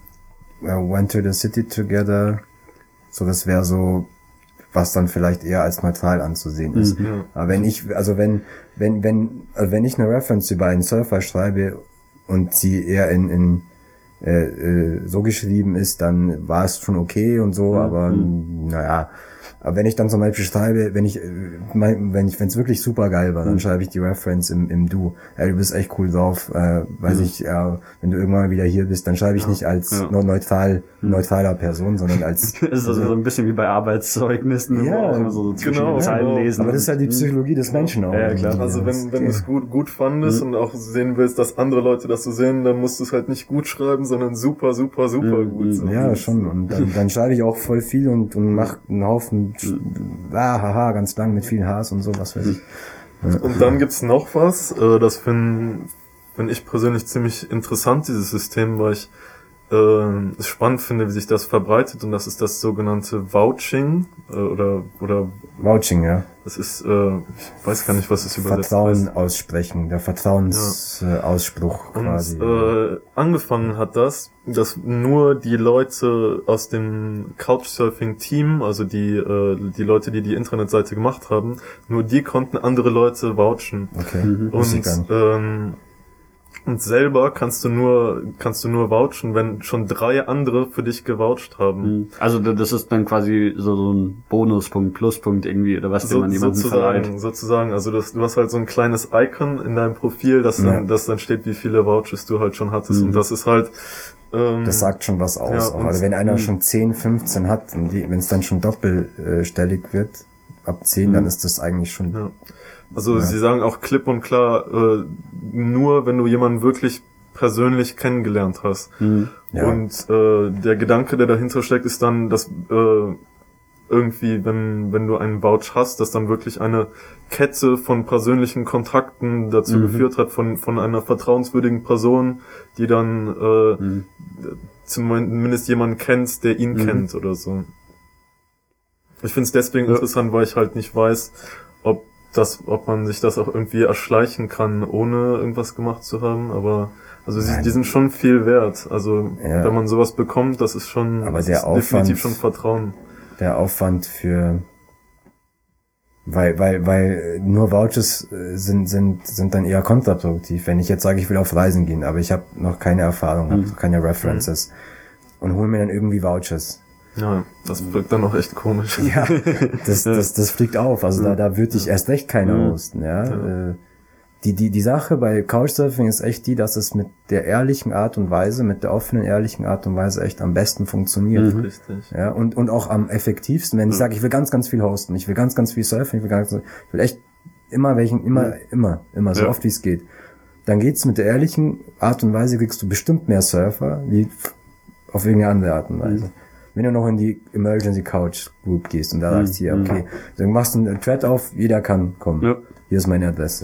went to the city together. So, das wäre so, was dann vielleicht eher als neutral anzusehen ist. Mhm. Aber wenn ich, also wenn, wenn, wenn, also wenn ich eine Reference über einen Surfer schreibe und sie eher in, in äh, äh, so geschrieben ist, dann war es schon okay und so, mhm. aber naja. Aber wenn ich dann zum Beispiel schreibe, wenn ich, mein, wenn ich, wenn es wirklich super geil war, dann mhm. schreibe ich die Reference im, im Du. Ja, du bist echt cool drauf, äh, weiß mhm. ich, ja, wenn du irgendwann mal wieder hier bist, dann schreibe ich nicht als ja. neutral, neutraler Person, sondern als... Das ist also so ein bisschen wie bei Arbeitszeugnissen, ja, wo auch immer so zwischen genau, den Zeilen genau. lesen. Aber das ist halt die Psychologie des Menschen auch. Ja, klar. Also wenn, wenn du es gut, gut fandest mhm. und auch sehen willst, dass andere Leute das so sehen, dann musst du es halt nicht gut schreiben, sondern super, super, super mhm. gut. So. Ja, schon. Und dann, dann schreibe ich auch voll viel und, und mach einen Haufen ah, haha, ganz lang mit vielen Haars und so, was weiß ich. Ja. Und dann gibt's noch was, äh, das finde find ich persönlich ziemlich interessant, dieses System, weil ich äh, es spannend finde, wie sich das verbreitet, und das ist das sogenannte Vouching äh, oder oder Vouching, ja. Das ist, äh, ich weiß gar nicht, was es übersetzt Vertrauen heißt. aussprechen, der Vertrauensausspruch Und quasi. äh, angefangen hat das, dass nur die Leute aus dem Couchsurfing-Team, also die äh, die Leute, die die Internetseite gemacht haben, nur die konnten andere Leute vouchen. Okay, Und wusste ich gar nicht. ähm, und selber kannst du nur kannst du nur vouchen, wenn schon drei andere für dich gevoucht haben. Also das ist dann quasi so, so ein Bonuspunkt, Pluspunkt irgendwie, oder was, den So, man jemandem sozusagen, verleiht. sozusagen, also das, du hast halt so ein kleines Icon in deinem Profil, das dann, Ja. das dann steht, wie viele Vouchers du halt schon hattest. Mhm. Und das ist halt, ähm, Das sagt schon was aus. Ja, auch. und- Also wenn einer Mhm. schon zehn, fünfzehn hat, und die- wenn es dann schon doppelstellig wird, ab zehn, dann ist das eigentlich schon... ja. Also Ja. sie sagen auch klipp und klar, äh, nur wenn du jemanden wirklich persönlich kennengelernt hast. Mhm. Ja. Und äh, der Gedanke, der dahinter steckt, ist dann, dass äh, irgendwie, wenn wenn du einen Vouch hast, dass dann wirklich eine Kette von persönlichen Kontakten dazu Mhm. geführt hat, von von einer vertrauenswürdigen Person, die dann äh, Mhm. zumindest jemanden kennt, der ihn Mhm. kennt oder so. Ich finde es deswegen Ja. interessant, weil ich halt nicht weiß, ob das, ob man sich das auch irgendwie erschleichen kann, ohne irgendwas gemacht zu haben, aber also sie, Nein. die sind schon viel wert. Also Ja. wenn man sowas bekommt, das ist schon, Aber das der ist Aufwand- definitiv schon Vertrauen. Der Aufwand für... Weil, weil, weil nur Vouchers äh, sind, sind, sind dann eher kontraproduktiv. Wenn ich jetzt sage, ich will auf Reisen gehen, aber ich habe noch keine Erfahrung, habe Mhm. keine References und hole mir dann irgendwie Vouchers. Ja, das wirkt dann auch echt komisch. Ja, das, das, das fliegt auf. Also da, da würde ich erst recht keiner Mhm. hosten, ja. Ja. Äh, Die, die, die Sache bei Couchsurfing ist echt die, dass es mit der ehrlichen Art und Weise, mit der offenen, ehrlichen Art und Weise echt am besten funktioniert. Mhm. Richtig. Ja, und, und auch am effektivsten, wenn ich sage, ich will ganz, ganz viel hosten, ich will ganz, ganz viel surfen, ich will ganz, ich will echt immer welchen, immer, immer, immer, so Ja. oft wie es geht. Dann geht's mit der ehrlichen Art und Weise, kriegst du bestimmt mehr Surfer, wie auf irgendeine andere Art und Weise. Wenn du noch in die Emergency Couch Group gehst und da sagst, hier, okay, dann machst du einen Thread auf, jeder kann kommen. Ja. Hier ist meine Adresse.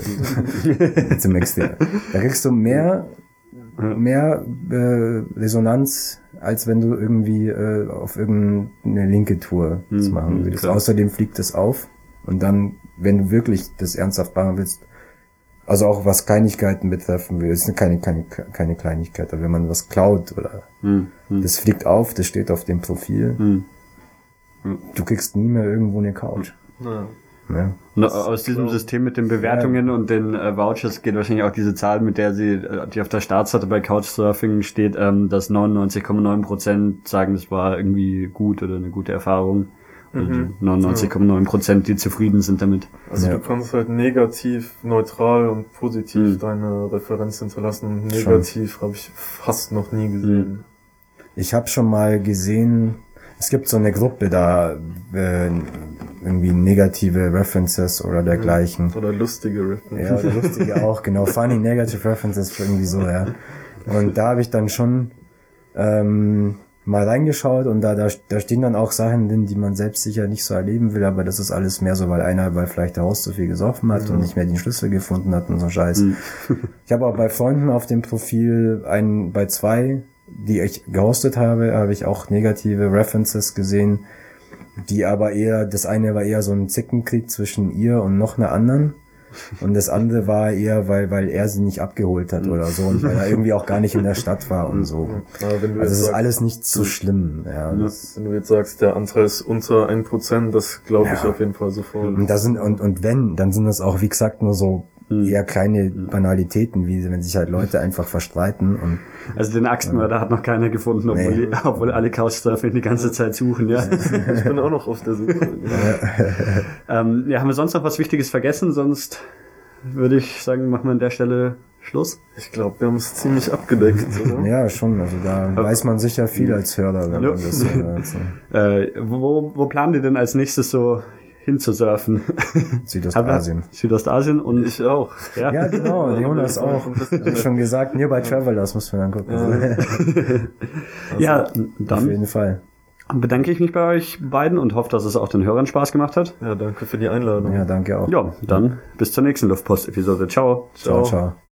Zum Extrem. Da kriegst du mehr, mehr äh, Resonanz, als wenn du irgendwie äh, auf irgendeine linke Tour das Mhm, machen würdest. klar. Außerdem fliegt es auf und dann, wenn du wirklich das ernsthaft machen willst, also auch was Kleinigkeiten betreffen will, ist keine, keine, keine Kleinigkeit, aber wenn man was klaut oder Mhm. Mhm. das fliegt auf, das steht auf dem Profil, Mhm. du kriegst nie mehr irgendwo eine Couch. Ja. Ne? Und aus diesem System mit den Bewertungen und den äh, Vouchers geht wahrscheinlich auch diese Zahl, mit der sie, äh, die auf der Startseite bei Couchsurfing steht, ähm, dass neunundneunzig Komma neun Prozent sagen, das war irgendwie gut oder eine gute Erfahrung. Und Mhm. neunundneunzig Komma neun Prozent, die zufrieden sind damit. Also Ja. du kannst halt negativ, neutral und positiv Mhm. deine Referenz hinterlassen. Und Schon. negativ habe ich fast noch nie gesehen. Ich habe schon mal gesehen, es gibt so eine Gruppe da, äh, irgendwie negative References oder dergleichen. Oder lustige Riffen. Ja, oder lustige auch, genau. Funny Negative References, irgendwie so, ja. Und da habe ich dann schon ähm, mal reingeschaut und da, da da stehen dann auch Sachen drin, die man selbst sicher nicht so erleben will, aber das ist alles mehr so, weil einer, weil vielleicht der Host zu viel gesoffen hat und nicht mehr den Schlüssel gefunden hat und so Scheiß. Ich habe auch bei Freunden auf dem Profil einen, bei zwei, die ich gehostet habe, habe ich auch negative References gesehen, die aber eher, das eine war eher so ein Zickenkrieg zwischen ihr und noch einer anderen. Und das andere war eher, weil, weil er sie nicht abgeholt hat oder so und weil er irgendwie auch gar nicht in der Stadt war und so. Aber wenn du Also jetzt es ist sagst, alles nicht so schlimm, ja. Das, wenn du jetzt sagst, der Anteil ist unter ein Prozent, das glaube ich Ja. auf jeden Fall sofort. und da sind, und, und wenn, dann sind das auch, wie gesagt, nur so Hm. eher kleine Banalitäten, wie wenn sich halt Leute einfach verstreiten und Also den Axtmörder hat noch keiner gefunden, obwohl, Nee. die, obwohl alle Couchsurfer die ganze Zeit suchen, ja. Ich bin auch noch auf der Suche. ähm, ja, haben wir sonst noch was Wichtiges vergessen? Sonst würde ich sagen, machen wir an der Stelle Schluss. Ich glaube, wir haben es ziemlich abgedeckt, oder? ja, schon, also da weiß man sicher viel als Hörer, wenn Ja. man das so hört. So. Äh, wo, wo planen die denn als nächstes so hinzusurfen? Südostasien. Südostasien und Ich auch. ja. Ja, genau, die Jonas auch. Hab schon gesagt, Nearby Travelers muss man dann gucken. ja, Auf dann jeden Fall. bedanke ich mich bei euch beiden und hoffe, dass es auch den Hörern Spaß gemacht hat. Ja, danke für die Einladung. Ja, danke auch. Ja, dann bis zur nächsten Luftpost-Episode. Ciao. Ciao, ciao.